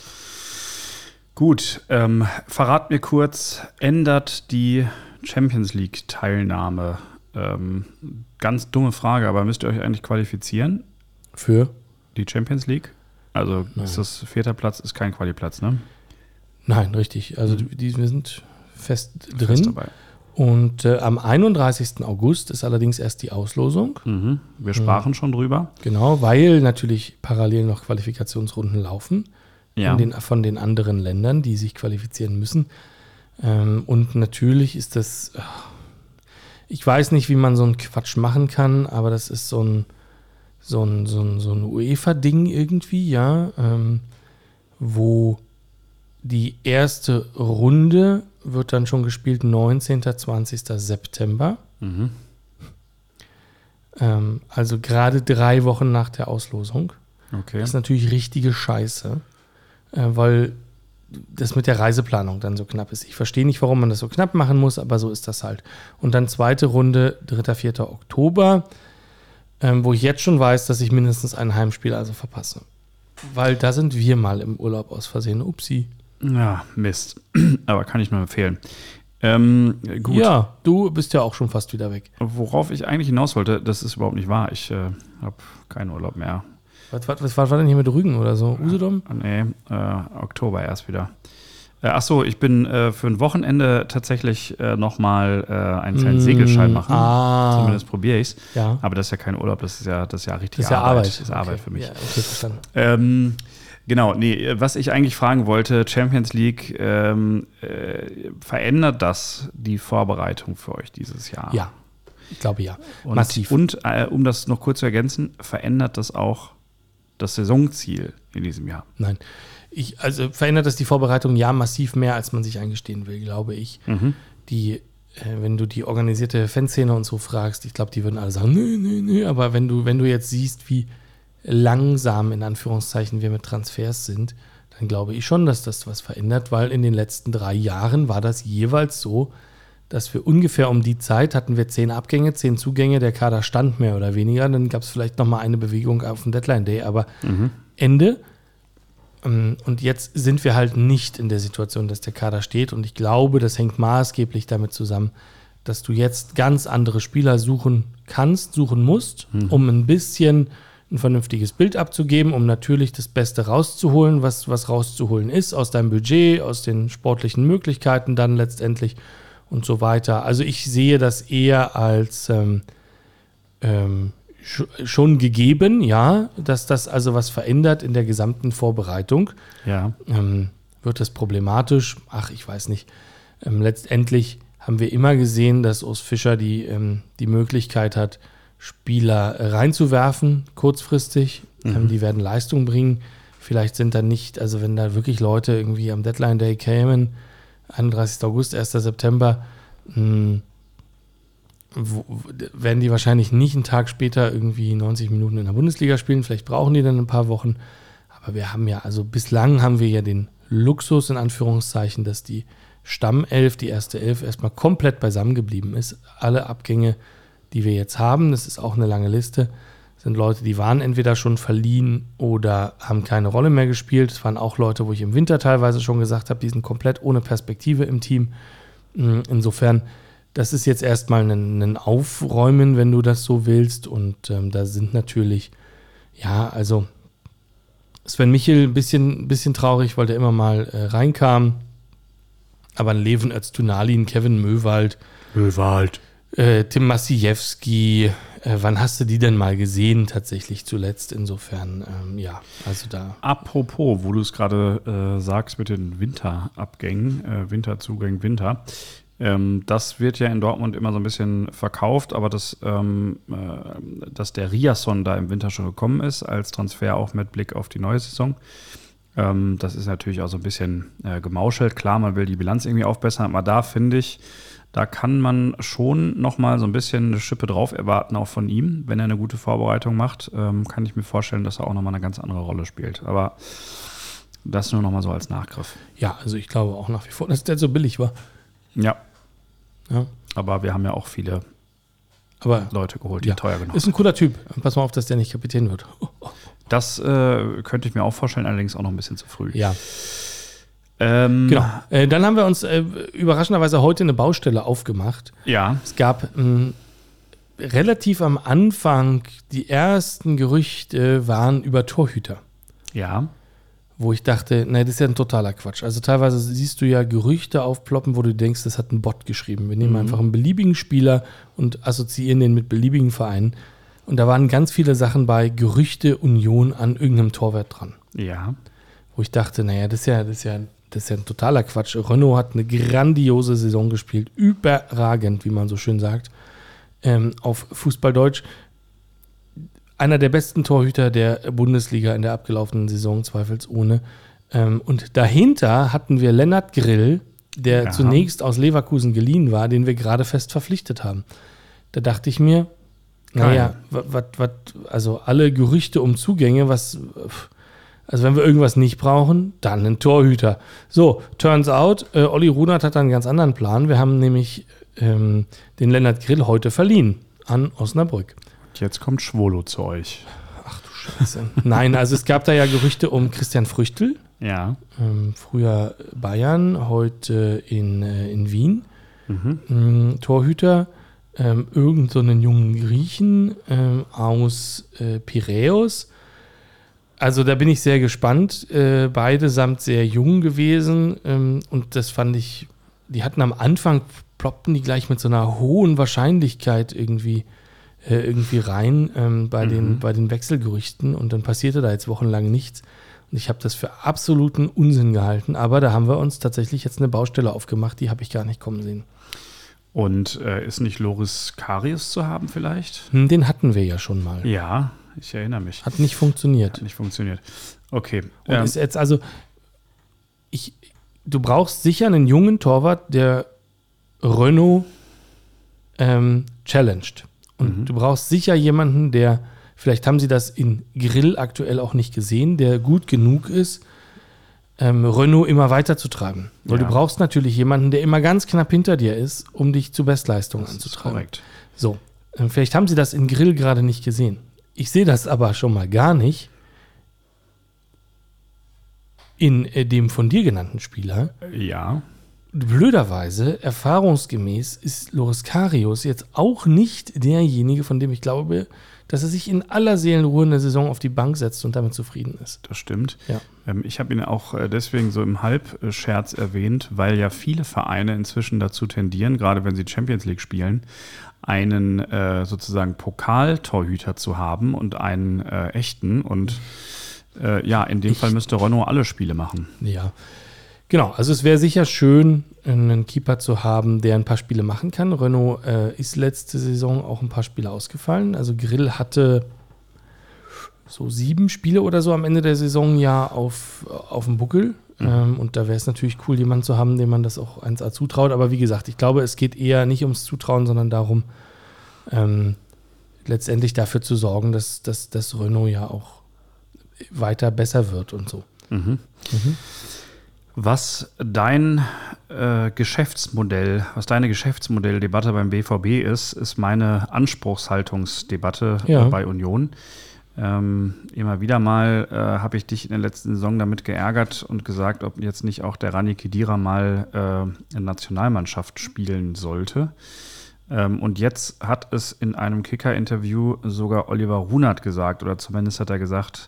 Gut, ähm, verrat mir kurz, ändert die Champions League-Teilnahme? Ähm, ganz dumme Frage, aber müsst ihr euch eigentlich qualifizieren? Für? Die Champions League? Also Nein. ist das vierter Platz, ist kein Quali-Platz, ne? Nein, richtig. Also die, wir sind fest drin. Fest dabei. Und äh, am einunddreißigsten August ist allerdings erst die Auslosung. Mhm. Wir sprachen mhm. schon drüber. Genau, weil natürlich parallel noch Qualifikationsrunden laufen ja. von, den, von den anderen Ländern, die sich qualifizieren müssen. Ähm, und natürlich ist das, ich weiß nicht, wie man so einen Quatsch machen kann, aber das ist so ein, so ein, so ein, so ein UEFA-Ding irgendwie, ja, ähm, wo die erste Runde wird dann schon gespielt neunzehnten, zwanzigsten September. Mhm. Ähm, also gerade drei Wochen nach der Auslosung. Okay. Das ist natürlich richtige Scheiße, äh, weil das mit der Reiseplanung dann so knapp ist. Ich verstehe nicht, warum man das so knapp machen muss, aber so ist das halt. Und dann zweite Runde, dritter, vierter Oktober, ähm, wo ich jetzt schon weiß, dass ich mindestens ein Heimspiel also verpasse. Weil da sind wir mal im Urlaub aus Versehen. Upsi. Ja, Mist. Aber kann ich nur empfehlen. Ähm, gut. Ja, du bist ja auch schon fast wieder weg. Worauf ich eigentlich hinaus wollte, das ist überhaupt nicht wahr. Ich äh, habe keinen Urlaub mehr. Was, was, was war denn hier mit Rügen oder so? Usedom? Nee, äh, Oktober erst wieder. Äh, Achso, ich bin äh, für ein Wochenende tatsächlich äh, nochmal äh, einen kleinen mm, Segelschein machen. Ah. Zumindest probiere ich es. Ja. Aber das ist ja kein Urlaub, das ist ja, das ist ja richtig das ist ja Arbeit. Arbeit. Das ist Arbeit okay. für mich. Ja, okay, verstanden. Ähm, Genau, nee, was ich eigentlich fragen wollte, Champions League, ähm, äh, verändert das die Vorbereitung für euch dieses Jahr? Ja, ich glaube ja. Und, Massiv. Und äh, um das noch kurz zu ergänzen, verändert das auch das Saisonziel in diesem Jahr? Nein, ich, also verändert das die Vorbereitung ja massiv mehr, als man sich eingestehen will, glaube ich. Mhm. Die, äh, wenn du die organisierte Fanszene und so fragst, ich glaube, die würden alle sagen, nö, nö, nö, aber wenn du, wenn du jetzt siehst, wie langsam in Anführungszeichen wir mit Transfers sind, dann glaube ich schon, dass das was verändert, weil in den letzten drei Jahren war das jeweils so, dass wir ungefähr um die Zeit hatten wir zehn Abgänge, zehn Zugänge, der Kader stand mehr oder weniger, dann gab es vielleicht nochmal eine Bewegung auf dem Deadline Day, aber mhm. Ende. Und jetzt sind wir halt nicht in der Situation, dass der Kader steht und ich glaube, das hängt maßgeblich damit zusammen, dass du jetzt ganz andere Spieler suchen kannst, suchen musst, mhm. um ein bisschen ein vernünftiges Bild abzugeben, um natürlich das Beste rauszuholen, was, was rauszuholen ist, aus deinem Budget, aus den sportlichen Möglichkeiten dann letztendlich und so weiter. Also ich sehe das eher als ähm, ähm, sch- schon gegeben, ja, dass das also was verändert in der gesamten Vorbereitung. Ja. Ähm, wird das problematisch? Ach, ich weiß nicht. Ähm, letztendlich haben wir immer gesehen, dass Urs Fischer die, ähm, die Möglichkeit hat, Spieler reinzuwerfen, kurzfristig. Mhm. Ähm, die werden Leistung bringen. Vielleicht sind dann nicht, also wenn da wirklich Leute irgendwie am Deadline Day kämen, einunddreißigsten August, ersten September, mh, wo, werden die wahrscheinlich nicht einen Tag später irgendwie neunzig Minuten in der Bundesliga spielen. Vielleicht brauchen die dann ein paar Wochen. Aber wir haben ja, also bislang haben wir ja den Luxus, in Anführungszeichen, dass die Stammelf, die erste Elf, erstmal komplett beisammen geblieben ist. Alle Abgänge, die wir jetzt haben, das ist auch eine lange Liste, sind Leute, die waren entweder schon verliehen oder haben keine Rolle mehr gespielt. Es waren auch Leute, wo ich im Winter teilweise schon gesagt habe, die sind komplett ohne Perspektive im Team. Insofern, das ist jetzt erstmal ein, ein Aufräumen, wenn du das so willst. Und ähm, da sind natürlich, ja, also Sven Michel ein bisschen, ein bisschen traurig, weil der immer mal äh, reinkam. aber ein Leven Öztunali, ein Kevin Möwald, Möwald. Äh, Tim Maciejewski, äh, wann hast du die denn mal gesehen tatsächlich zuletzt? Insofern, ähm, ja, also da. Apropos, wo du es gerade äh, sagst mit den Winterabgängen, äh, Winterzugängen, Winter, ähm, das wird ja in Dortmund immer so ein bisschen verkauft, aber das, ähm, äh, dass der Riasson da im Winter schon gekommen ist, als Transfer auch mit Blick auf die neue Saison, ähm, das ist natürlich auch so ein bisschen äh, gemauschelt. Klar, man will die Bilanz irgendwie aufbessern, aber da finde ich, da kann man schon nochmal so ein bisschen eine Schippe drauf erwarten, auch von ihm. Wenn er eine gute Vorbereitung macht, ähm, kann ich mir vorstellen, dass er auch nochmal eine ganz andere Rolle spielt. Aber das nur nochmal so als Nachgriff. Ja, also ich glaube auch nach wie vor, dass der so billig war. Ja. Ja. Aber wir haben ja auch viele Aber, Leute geholt, die ja, teuer genug ist ein cooler Typ. Pass mal auf, dass der nicht Kapitän wird. Das äh, könnte ich mir auch vorstellen, allerdings auch noch ein bisschen zu früh. Ja. Ähm, Genau. Äh, dann haben wir uns äh, überraschenderweise heute eine Baustelle aufgemacht. Ja. Es gab ähm, relativ am Anfang, die ersten Gerüchte waren über Torhüter. Ja. Wo ich dachte, nein, das ist ja ein totaler Quatsch. Also teilweise siehst du ja Gerüchte aufploppen, wo du denkst, das hat ein Bot geschrieben. Wir nehmen Mhm. einfach einen beliebigen Spieler und assoziieren den mit beliebigen Vereinen. Und da waren ganz viele Sachen bei Gerüchte Union an irgendeinem Torwart dran. Ja. Wo ich dachte, naja, das ist ja, das ist ja, das ist ja ein totaler Quatsch. Renault hat eine grandiose Saison gespielt, überragend, wie man so schön sagt, ähm, auf Fußballdeutsch. Einer der besten Torhüter der Bundesliga in der abgelaufenen Saison, zweifelsohne. Ähm, und dahinter hatten wir Lennart Grill, der Ja. zunächst aus Leverkusen geliehen war, den wir gerade fest verpflichtet haben. Da dachte ich mir, naja, was, was, also alle Gerüchte um Zugänge, was, also wenn wir irgendwas nicht brauchen, dann einen Torhüter. So, turns out, äh, Olli Runert hat einen ganz anderen Plan. Wir haben nämlich ähm, den Lennart Grill heute verliehen an Osnabrück. Jetzt kommt Schwolo zu euch. Ach du Scheiße. Nein, also es gab da ja Gerüchte um Christian Früchtl, Ja. ähm, früher Bayern, heute in, äh, in Wien. Mhm. Ähm, Torhüter, ähm, irgend so einen jungen Griechen ähm, aus äh, Piräus. Also da bin ich sehr gespannt. Äh, beide samt sehr jung gewesen. Ähm, und das fand ich, die hatten am Anfang, ploppten die gleich mit so einer hohen Wahrscheinlichkeit irgendwie, äh, irgendwie rein ähm, bei, Mhm. den, bei den Wechselgerüchten. Und dann passierte da jetzt wochenlang nichts. Und ich habe das für absoluten Unsinn gehalten. Aber da haben wir uns tatsächlich jetzt eine Baustelle aufgemacht, die habe ich gar nicht kommen sehen. Und äh, ist nicht Loris Karius zu haben vielleicht? Hm, Den hatten wir ja schon mal. Ja, ich erinnere mich. Hat nicht funktioniert. Hat nicht funktioniert. Okay. Und ähm, ist jetzt also, ich, du brauchst sicher einen jungen Torwart, der Renault ähm, challenged. Und Mhm. du brauchst sicher jemanden, der, vielleicht haben sie das in Grill aktuell auch nicht gesehen, der gut genug ist, ähm, Renault immer weiterzutreiben. Weil Ja. du brauchst natürlich jemanden, der immer ganz knapp hinter dir ist, um dich zu Bestleistungen das ist anzutreiben. korrekt. So, ähm, vielleicht haben sie das in Grill gerade nicht gesehen. Ich sehe das aber schon mal gar nicht in äh, dem von dir genannten Spieler. Ja. Blöderweise, erfahrungsgemäß, ist Loris Karius jetzt auch nicht derjenige, von dem ich glaube, dass er sich in aller Seelenruhe in der Saison auf die Bank setzt und damit zufrieden ist. Das stimmt. Ja. Ähm, ich habe ihn auch äh, deswegen so im Halbscherz erwähnt, weil ja viele Vereine inzwischen dazu tendieren, gerade wenn sie Champions League spielen, einen äh, sozusagen Pokaltorhüter zu haben und einen äh, echten. Und äh, ja, in dem Ich- Fall müsste Renault alle Spiele machen. Ja, genau. Also es wäre sicher schön, einen Keeper zu haben, der ein paar Spiele machen kann. Renault äh, ist letzte Saison auch ein paar Spiele ausgefallen. Also Grill hatte so sieben Spiele oder so am Ende der Saison ja auf, auf dem Buckel. Mhm. Ähm, und da wäre es natürlich cool, jemanden zu haben, dem man das auch eins A zutraut. Aber wie gesagt, ich glaube, es geht eher nicht ums Zutrauen, sondern darum, ähm, letztendlich dafür zu sorgen, dass, dass, dass Renault ja auch weiter besser wird und so. Mhm. Mhm. Was dein äh, Geschäftsmodell, was deine Geschäftsmodelldebatte beim B V B ist, ist meine Anspruchshaltungsdebatte Ja. äh, bei Union. Ähm, immer wieder mal äh, habe ich dich in der letzten Saison damit geärgert und gesagt, ob jetzt nicht auch der Rani Khedira mal äh, in Nationalmannschaft spielen sollte. Ähm, und jetzt hat es in einem Kicker-Interview sogar Oliver Runert gesagt, oder zumindest hat er gesagt,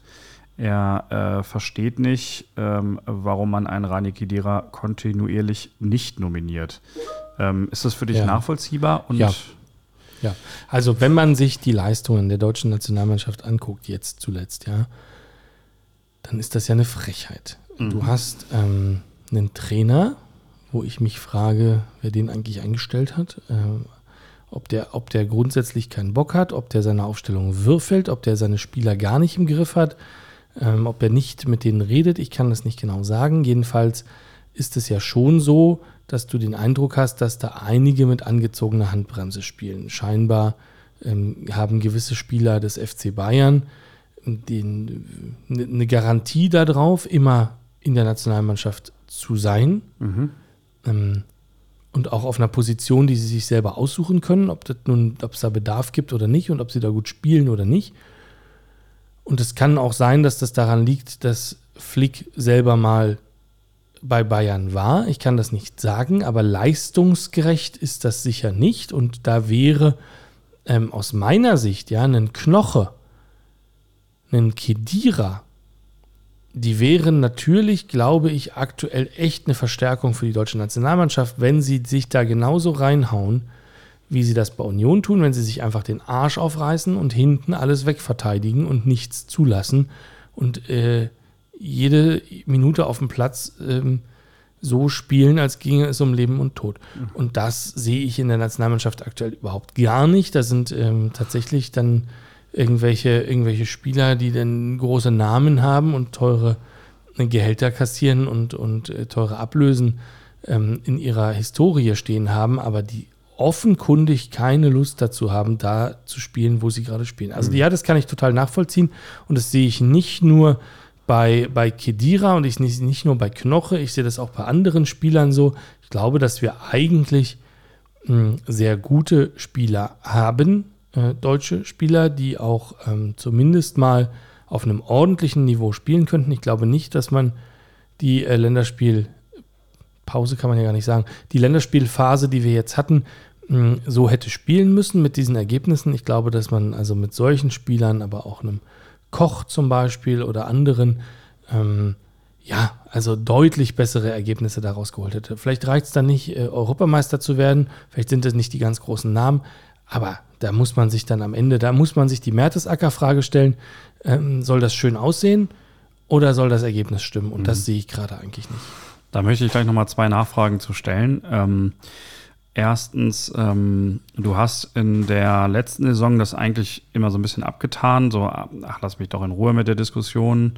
er äh, versteht nicht, ähm, warum man einen Rani Khedira kontinuierlich nicht nominiert. Ähm, ist das für dich ja. nachvollziehbar? Und ja. ja, also wenn man sich die Leistungen der deutschen Nationalmannschaft anguckt, jetzt zuletzt, ja, dann ist das ja eine Frechheit. Mhm. Du hast ähm, einen Trainer, wo ich mich frage, wer den eigentlich eingestellt hat, äh, ob der, ob der grundsätzlich keinen Bock hat, ob der seine Aufstellung würfelt, ob der seine Spieler gar nicht im Griff hat, ähm, ob er nicht mit denen redet, ich kann das nicht genau sagen. Jedenfalls ist es ja schon so, dass du den Eindruck hast, dass da einige mit angezogener Handbremse spielen. Scheinbar ähm, haben gewisse Spieler des F C Bayern den, eine Garantie darauf, immer in der Nationalmannschaft zu sein. Mhm. Ähm, und auch auf einer Position, die sie sich selber aussuchen können, ob das nun, ob es da Bedarf gibt oder nicht und ob sie da gut spielen oder nicht. Und es kann auch sein, dass das daran liegt, dass Flick selber mal bei Bayern war. Ich kann das nicht sagen, aber leistungsgerecht ist das sicher nicht. Und da wäre ähm, aus meiner Sicht ja ein Knoche, ein Khedira, die wären natürlich, glaube ich, aktuell echt eine Verstärkung für die deutsche Nationalmannschaft, wenn sie sich da genauso reinhauen, wie sie das bei Union tun, wenn sie sich einfach den Arsch aufreißen und hinten alles wegverteidigen und nichts zulassen und äh, jede Minute auf dem Platz ähm, so spielen, als ginge es um Leben und Tod. Mhm. Und das sehe ich in der Nationalmannschaft aktuell überhaupt gar nicht. Da sind ähm, tatsächlich dann irgendwelche, irgendwelche Spieler, die dann große Namen haben und teure Gehälter kassieren und, und äh, teure Ablösen ähm, in ihrer Historie stehen haben, aber die offenkundig keine Lust dazu haben, da zu spielen, wo sie gerade spielen. Also mhm. ja, das kann ich total nachvollziehen und das sehe ich nicht nur bei, bei Khedira und ich nicht, nicht nur bei Knoche, ich sehe das auch bei anderen Spielern so. Ich glaube, dass wir eigentlich mh, sehr gute Spieler haben, äh, deutsche Spieler, die auch ähm, zumindest mal auf einem ordentlichen Niveau spielen könnten. Ich glaube nicht, dass man die äh, Länderspielpause, kann man ja gar nicht sagen, die Länderspielphase, die wir jetzt hatten, mh, so hätte spielen müssen mit diesen Ergebnissen. Ich glaube, dass man also mit solchen Spielern, aber auch einem Koch zum Beispiel oder anderen, ähm, ja, also deutlich bessere Ergebnisse daraus geholt hätte. Vielleicht reicht es dann nicht, äh, Europameister zu werden, vielleicht sind das nicht die ganz großen Namen, aber da muss man sich dann am Ende, da muss man sich die Mertesacker-Frage stellen, ähm, soll das schön aussehen oder soll das Ergebnis stimmen? Und mhm. das sehe ich gerade eigentlich nicht. Da möchte ich gleich nochmal zwei Nachfragen zu stellen. Ähm, Erstens, ähm, du hast in der letzten Saison das eigentlich immer so ein bisschen abgetan, so, ach, lass mich doch in Ruhe mit der Diskussion.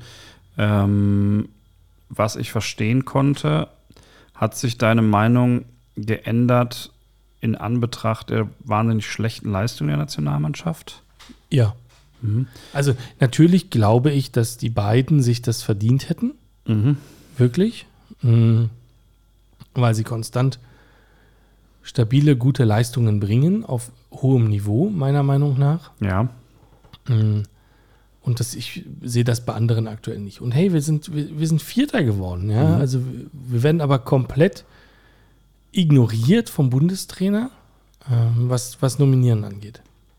Ähm, was ich verstehen konnte, hat sich deine Meinung geändert in Anbetracht der wahnsinnig schlechten Leistung der Nationalmannschaft? Ja. Mhm. Also natürlich glaube ich, dass die beiden sich das verdient hätten. Mhm. Wirklich. Mhm. Weil sie konstant stabile, gute Leistungen bringen auf hohem Niveau, meiner Meinung nach. Ja. Und das, ich sehe das bei anderen aktuell nicht. Und hey, wir sind, wir, wir sind Vierter geworden. Ja? Mhm. Also wir werden aber komplett ignoriert vom Bundestrainer, ähm, was, was Nominieren angeht.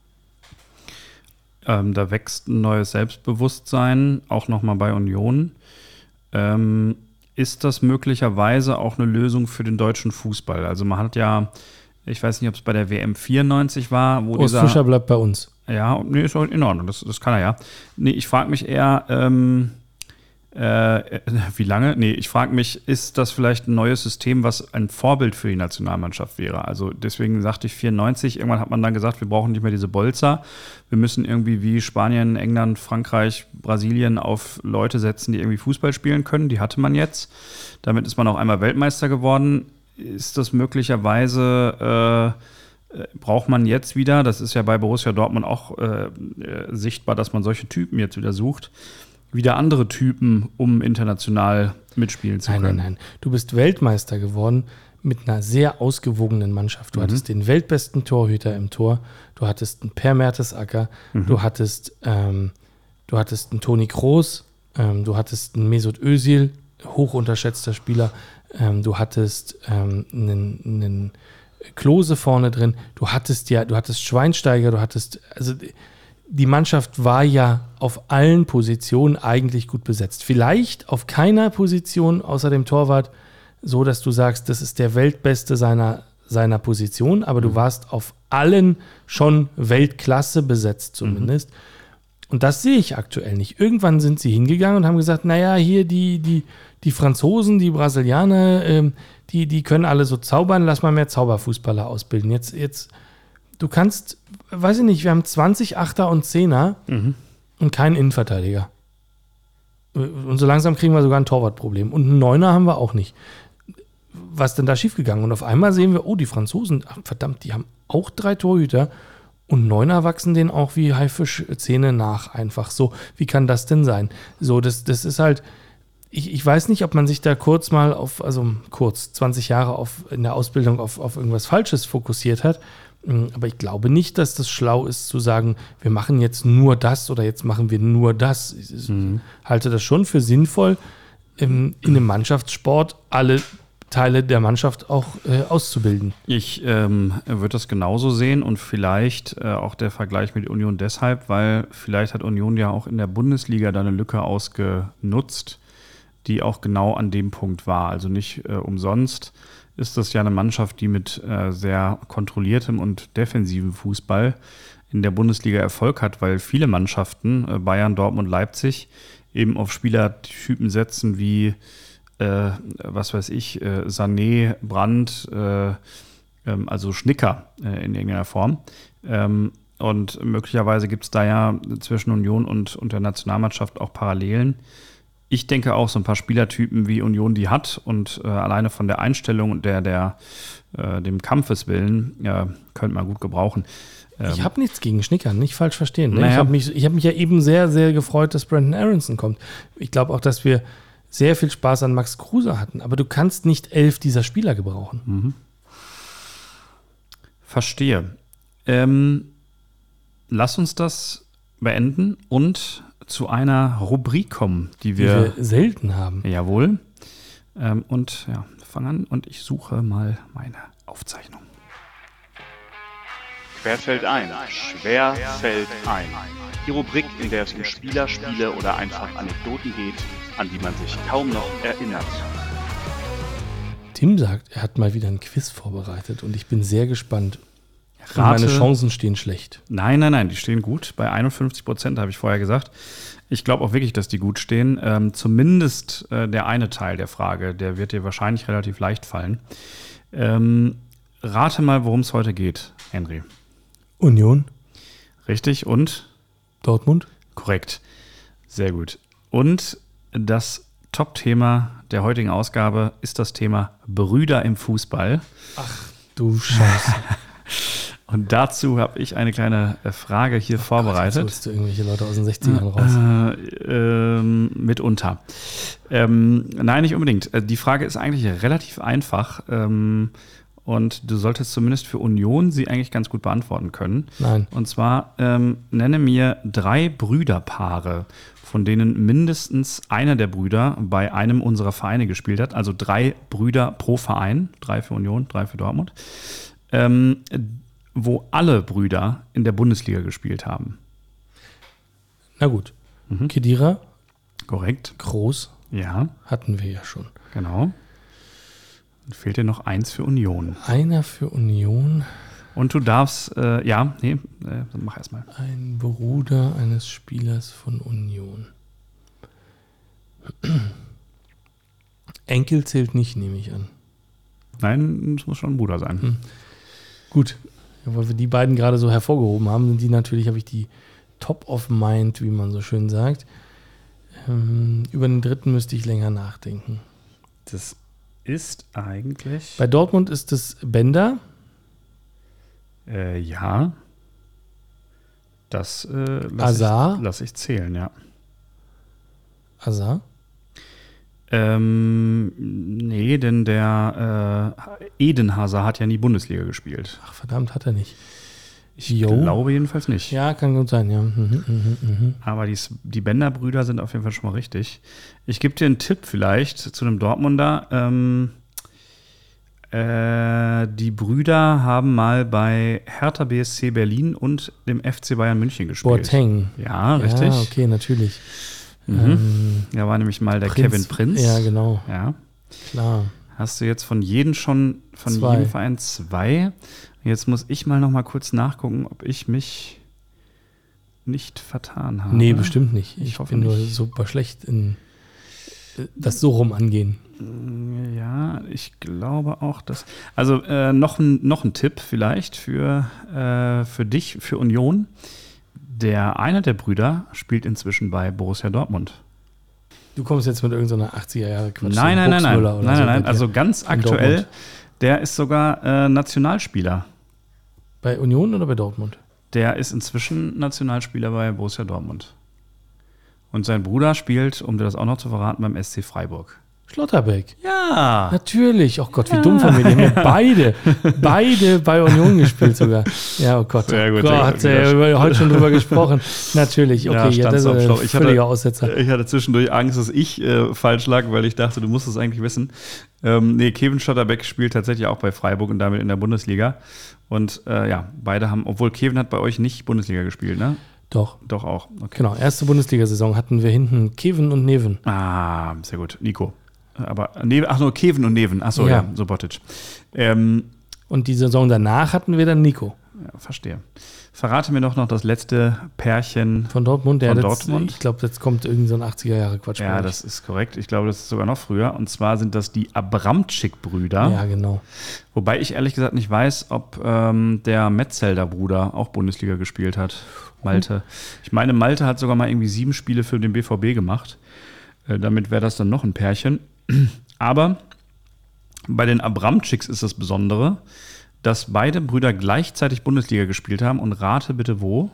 Ähm, da wächst ein neues Selbstbewusstsein, auch nochmal bei Union. Ähm, Ist das möglicherweise auch eine Lösung für den deutschen Fußball? Also man hat ja, ich weiß nicht, ob es bei der W M vierundneunzig war, wo Urs dieser... Fischer bleibt bei uns. Ja, nee, ist in Ordnung, das, das kann er ja. Nee, ich frage mich eher, ähm, äh, wie lange? Nee, ich frage mich, ist das vielleicht ein neues System, was ein Vorbild für die Nationalmannschaft wäre? Also deswegen sagte ich vierundneunzig, irgendwann hat man dann gesagt, wir brauchen nicht mehr diese Bolzer. Wir müssen irgendwie wie Spanien, England, Frankreich, Brasilien auf Leute setzen, die irgendwie Fußball spielen können. Die hatte man jetzt. Damit ist man auch einmal Weltmeister geworden. Ist das möglicherweise, äh, braucht man jetzt wieder, das ist ja bei Borussia Dortmund auch äh, sichtbar, dass man solche Typen jetzt wieder sucht, wieder andere Typen, um international mitspielen zu nein, können? Nein, nein, nein. Du bist Weltmeister geworden mit einer sehr ausgewogenen Mannschaft. Du mhm. hattest den weltbesten Torhüter im Tor, du hattest einen Per Mertesacker, mhm. du hattest ähm, du hattest einen Toni Kroos, ähm, du hattest einen Mesut Özil, hoch unterschätzter Spieler, ähm, du hattest ähm, einen, einen Klose vorne drin, du hattest ja, du hattest Schweinsteiger, du hattest, also die Mannschaft war ja auf allen Positionen eigentlich gut besetzt. Vielleicht auf keiner Position außer dem Torwart so, dass du sagst, das ist der Weltbeste seiner, seiner Position, aber du warst auf allen schon Weltklasse besetzt zumindest. Mhm. Und das sehe ich aktuell nicht. Irgendwann sind sie hingegangen und haben gesagt, naja, hier die, die, die Franzosen, die Brasilianer, ähm, die, die können alle so zaubern, lass mal mehr Zauberfußballer ausbilden. Jetzt, jetzt du kannst, weiß ich nicht, wir haben zwanzig Achter und Zehner mhm. und keinen Innenverteidiger. Und so langsam kriegen wir sogar ein Torwartproblem. Und einen Neuner haben wir auch nicht. Was ist denn da schiefgegangen? Und auf einmal sehen wir, oh, die Franzosen, ach, verdammt, die haben auch drei Torhüter und Neuner wachsen denen auch wie Haifischzähne nach. Einfach so. Wie kann das denn sein? So, das, das ist halt, ich, ich weiß nicht, ob man sich da kurz mal auf, also kurz, zwanzig Jahre auf, in der Ausbildung auf, auf irgendwas Falsches fokussiert hat. Aber ich glaube nicht, dass das schlau ist, zu sagen, wir machen jetzt nur das oder jetzt machen wir nur das. Ich mhm. halte das schon für sinnvoll, in, in einem Mannschaftssport alle Teile der Mannschaft auch äh, auszubilden. Ich ähm, würde das genauso sehen und vielleicht äh, auch der Vergleich mit Union deshalb, weil vielleicht hat Union ja auch in der Bundesliga da eine Lücke ausgenutzt, die auch genau an dem Punkt war. Also nicht äh, umsonst ist das ja eine Mannschaft, die mit äh, sehr kontrolliertem und defensivem Fußball in der Bundesliga Erfolg hat, weil viele Mannschaften, äh, Bayern, Dortmund, Leipzig, eben auf Spielertypen setzen wie Äh, was weiß ich, äh, Sané, Brandt, äh, ähm, also Schnicker äh, in irgendeiner Form. Ähm, und möglicherweise gibt es da ja zwischen Union und, und der Nationalmannschaft auch Parallelen. Ich denke auch, so ein paar Spielertypen wie Union die hat und äh, alleine von der Einstellung und der, der, äh, dem Kampfeswillen ja, könnte man gut gebrauchen. Ähm, ich habe nichts gegen Schnicker, nicht falsch verstehen. Ne? Naja. Ich habe mich, ich hab mich ja eben sehr, sehr gefreut, dass Brandon Aronson kommt. Ich glaube auch, dass wir sehr viel Spaß an Max Kruse hatten. Aber du kannst nicht elf dieser Spieler gebrauchen. Mhm. Verstehe. Ähm, lass uns das beenden und zu einer Rubrik kommen, die wir, die wir selten haben. Jawohl. Ähm, und ja, fang an und ich suche mal meine Aufzeichnung. Quer fällt ein, schwer fällt ein. Die Rubrik, in der es um Spieler, Spiele oder einfach Anekdoten geht, an die man sich kaum noch erinnert. Tim sagt, er hat mal wieder ein Quiz vorbereitet und ich bin sehr gespannt. Rate, meine Chancen stehen schlecht. Nein, nein, nein, die stehen gut. Bei einundfünfzig Prozent habe ich vorher gesagt. Ich glaube auch wirklich, dass die gut stehen. Ähm, zumindest äh, der eine Teil der Frage, der wird dir wahrscheinlich relativ leicht fallen. Ähm, rate mal, worum es heute geht, Henry. Union. Richtig, und? Dortmund. Korrekt. Sehr gut. Und das Top-Thema der heutigen Ausgabe ist das Thema Brüder im Fußball. Ach du Scheiße. Und dazu habe ich eine kleine Frage hier oh vorbereitet. Gott, jetzt holst du irgendwelche Leute aus den sechzigern raus? Äh, ähm, mitunter. Ähm, nein, nicht unbedingt. Die Frage ist eigentlich relativ einfach. Ähm, Und du solltest zumindest für Union sie eigentlich ganz gut beantworten können. Nein. Und zwar ähm, nenne mir drei Brüderpaare, von denen mindestens einer der Brüder bei einem unserer Vereine gespielt hat. Also drei Brüder pro Verein. Drei für Union, drei für Dortmund. Ähm, wo alle Brüder in der Bundesliga gespielt haben. Na gut. Mhm. Khedira. Korrekt. Groß. Ja. Hatten wir ja schon. Genau. Dann fehlt dir noch eins für Union. Einer für Union. Und du darfst, äh, ja, nee, äh, mach erst mal. Ein Bruder eines Spielers von Union. Enkel zählt nicht, nehme ich an. Nein, es muss schon ein Bruder sein. Hm. Gut, ja, weil wir die beiden gerade so hervorgehoben haben, sind die natürlich, habe ich die top of mind, wie man so schön sagt. Ähm, über den dritten müsste ich länger nachdenken. Das ist eigentlich... Bei Dortmund ist es Bender. Äh, ja. Das äh, Hazard. ich, lass ich zählen, ja. Hazard? Ähm, nee, denn der äh, Eden Hazard hat ja nie Bundesliga gespielt. Ach verdammt, hat er nicht. Ich jo. glaube jedenfalls nicht. Ja, kann gut sein, ja. Mhm, mhm, mhm. Aber die, die Bender-Brüder sind auf jeden Fall schon mal richtig. Ich gebe dir einen Tipp vielleicht zu einem Dortmunder. Ähm, Äh, die Brüder haben mal bei Hertha B S C Berlin und dem F C Bayern München gespielt. Boateng. Ja, richtig. Ja, okay, natürlich. Mhm. Ähm, Da war nämlich mal der Prinz. Kevin Prinz. Ja, genau. Ja. Klar. Hast du jetzt von jedem schon, von Zwei. jedem Verein zwei? Jetzt muss ich mal noch mal kurz nachgucken, ob ich mich nicht vertan habe. Nee, bestimmt nicht. Ich, Ich hoffe bin nur nicht. super schlecht in äh, das so rum angehen. Ja, ich glaube auch, dass. Also äh, noch, ein, noch ein Tipp vielleicht für, äh, für dich, für Union. Der eine der Brüder spielt inzwischen bei Borussia Dortmund. Du kommst jetzt mit irgendeiner achtziger-Jahre-Quatsch. Nein, nein, nein, nein. Buxmüller oder Nein, so nein, nein. bei dir. Also ganz in aktuell, Dortmund. der ist sogar äh, Nationalspieler. Bei Union oder bei Dortmund? Der ist inzwischen Nationalspieler bei Borussia Dortmund. Und sein Bruder spielt, um dir das auch noch zu verraten, beim S C Freiburg. Schlotterbeck. Ja. Natürlich. Oh Gott, wie dumm von mir. Die haben ja beide, beide bei Union gespielt sogar. Ja, oh Gott. Sehr oh gut, Gott, sehr gut. hat er heute schon drüber gesprochen. Natürlich. Okay, ja, stand's das ist auf ein Schlau. Ich hatte- völliger Aussetzer. Ich hatte zwischendurch Angst, dass ich äh, falsch lag, weil ich dachte, du musst es eigentlich wissen. Ähm, nee, Kevin Schlotterbeck spielt tatsächlich auch bei Freiburg und damit in der Bundesliga. Und äh, ja, beide haben, obwohl Kevin hat bei euch nicht Bundesliga gespielt, ne? Doch. Doch auch. Okay. Genau, erste Bundesliga-Saison hatten wir hinten Kevin und Neven. Ah, sehr gut. Nico. Aber, ne, ach nur, Kevin und Neven. Ach so, Ja. ja, Subotic. Ähm, Und die Saison danach hatten wir dann Nico ja, verstehe. Verrate mir doch noch das letzte Pärchen. von Dortmund. Der Von hat jetzt, Dortmund? Ich glaube, jetzt kommt irgend so ein achtziger-Jahre-Quatsch. Ja, bei das ist korrekt. Ich glaube, das ist sogar noch früher. Und zwar sind das die Abramczyk-Brüder. euch. Ja, genau. Wobei ich ehrlich gesagt nicht weiß, ob ähm, der Metzelder Bruder auch Bundesliga gespielt hat. Malte. Ich meine, Malte hat sogar mal irgendwie sieben Spiele für den B V B gemacht. Äh, damit wäre das dann noch ein Pärchen. Aber bei den Abramczyks ist das Besondere, dass beide Brüder gleichzeitig Bundesliga gespielt haben. Und rate bitte wo?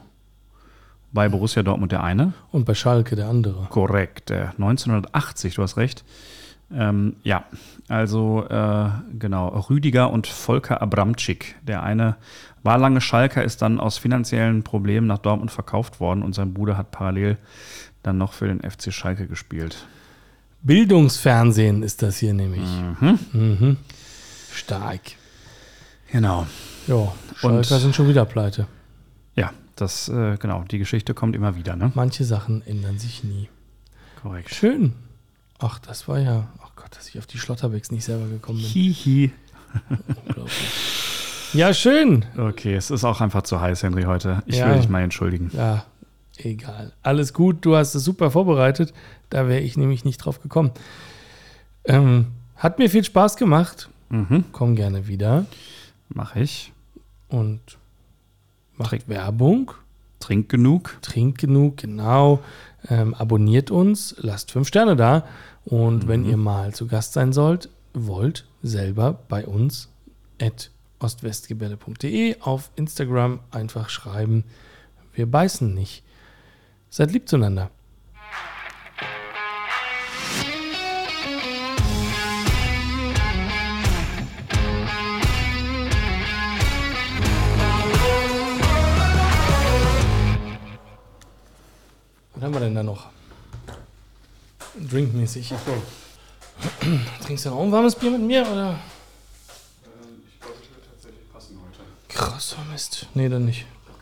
Bei Borussia Dortmund der eine. Und bei Schalke der andere. Korrekt, äh, neunzehnhundertachtzig, du hast recht. Ähm, ja, also äh, genau, Rüdiger und Volker Abramczyk. Der eine war lange Schalker, ist dann aus finanziellen Problemen nach Dortmund verkauft worden und sein Bruder hat parallel dann noch für den F C Schalke gespielt. Bildungsfernsehen ist das hier nämlich. Mhm. Mhm. Stark. Genau. Ja, Schalker Und- sind schon wieder pleite. Ja, das, äh, genau, die Geschichte kommt immer wieder, ne? Manche Sachen ändern sich nie. Korrekt. Schön. Ach, das war ja. Ach Gott, dass ich auf die Schlotterbecks nicht selber gekommen bin. Hihi. Unglaublich. Ja, schön. Okay, es ist auch einfach zu heiß, Henry, heute. Ich Ja. will dich mal entschuldigen. Ja, egal. Alles gut, du hast es super vorbereitet. Da wäre ich nämlich nicht drauf gekommen. Ähm, hat mir viel Spaß gemacht. Mhm, Komm gerne wieder mach ich. und macht Trink. Werbung. Trink genug. Trinkt genug, genau. Ähm, abonniert uns, lasst fünf Sterne da. Und Mhm. wenn ihr mal zu Gast sein sollt, wollt, selber bei uns at ostwestgebelle punkt de auf Instagram einfach schreiben. Wir beißen nicht. Seid lieb zueinander. Was haben wir denn da noch? Drinkmäßig. Trinkst du noch ein warmes Bier mit mir, oder? Ich glaube, ich würde tatsächlich passen heute. Krasser Mist. Nee, dann nicht.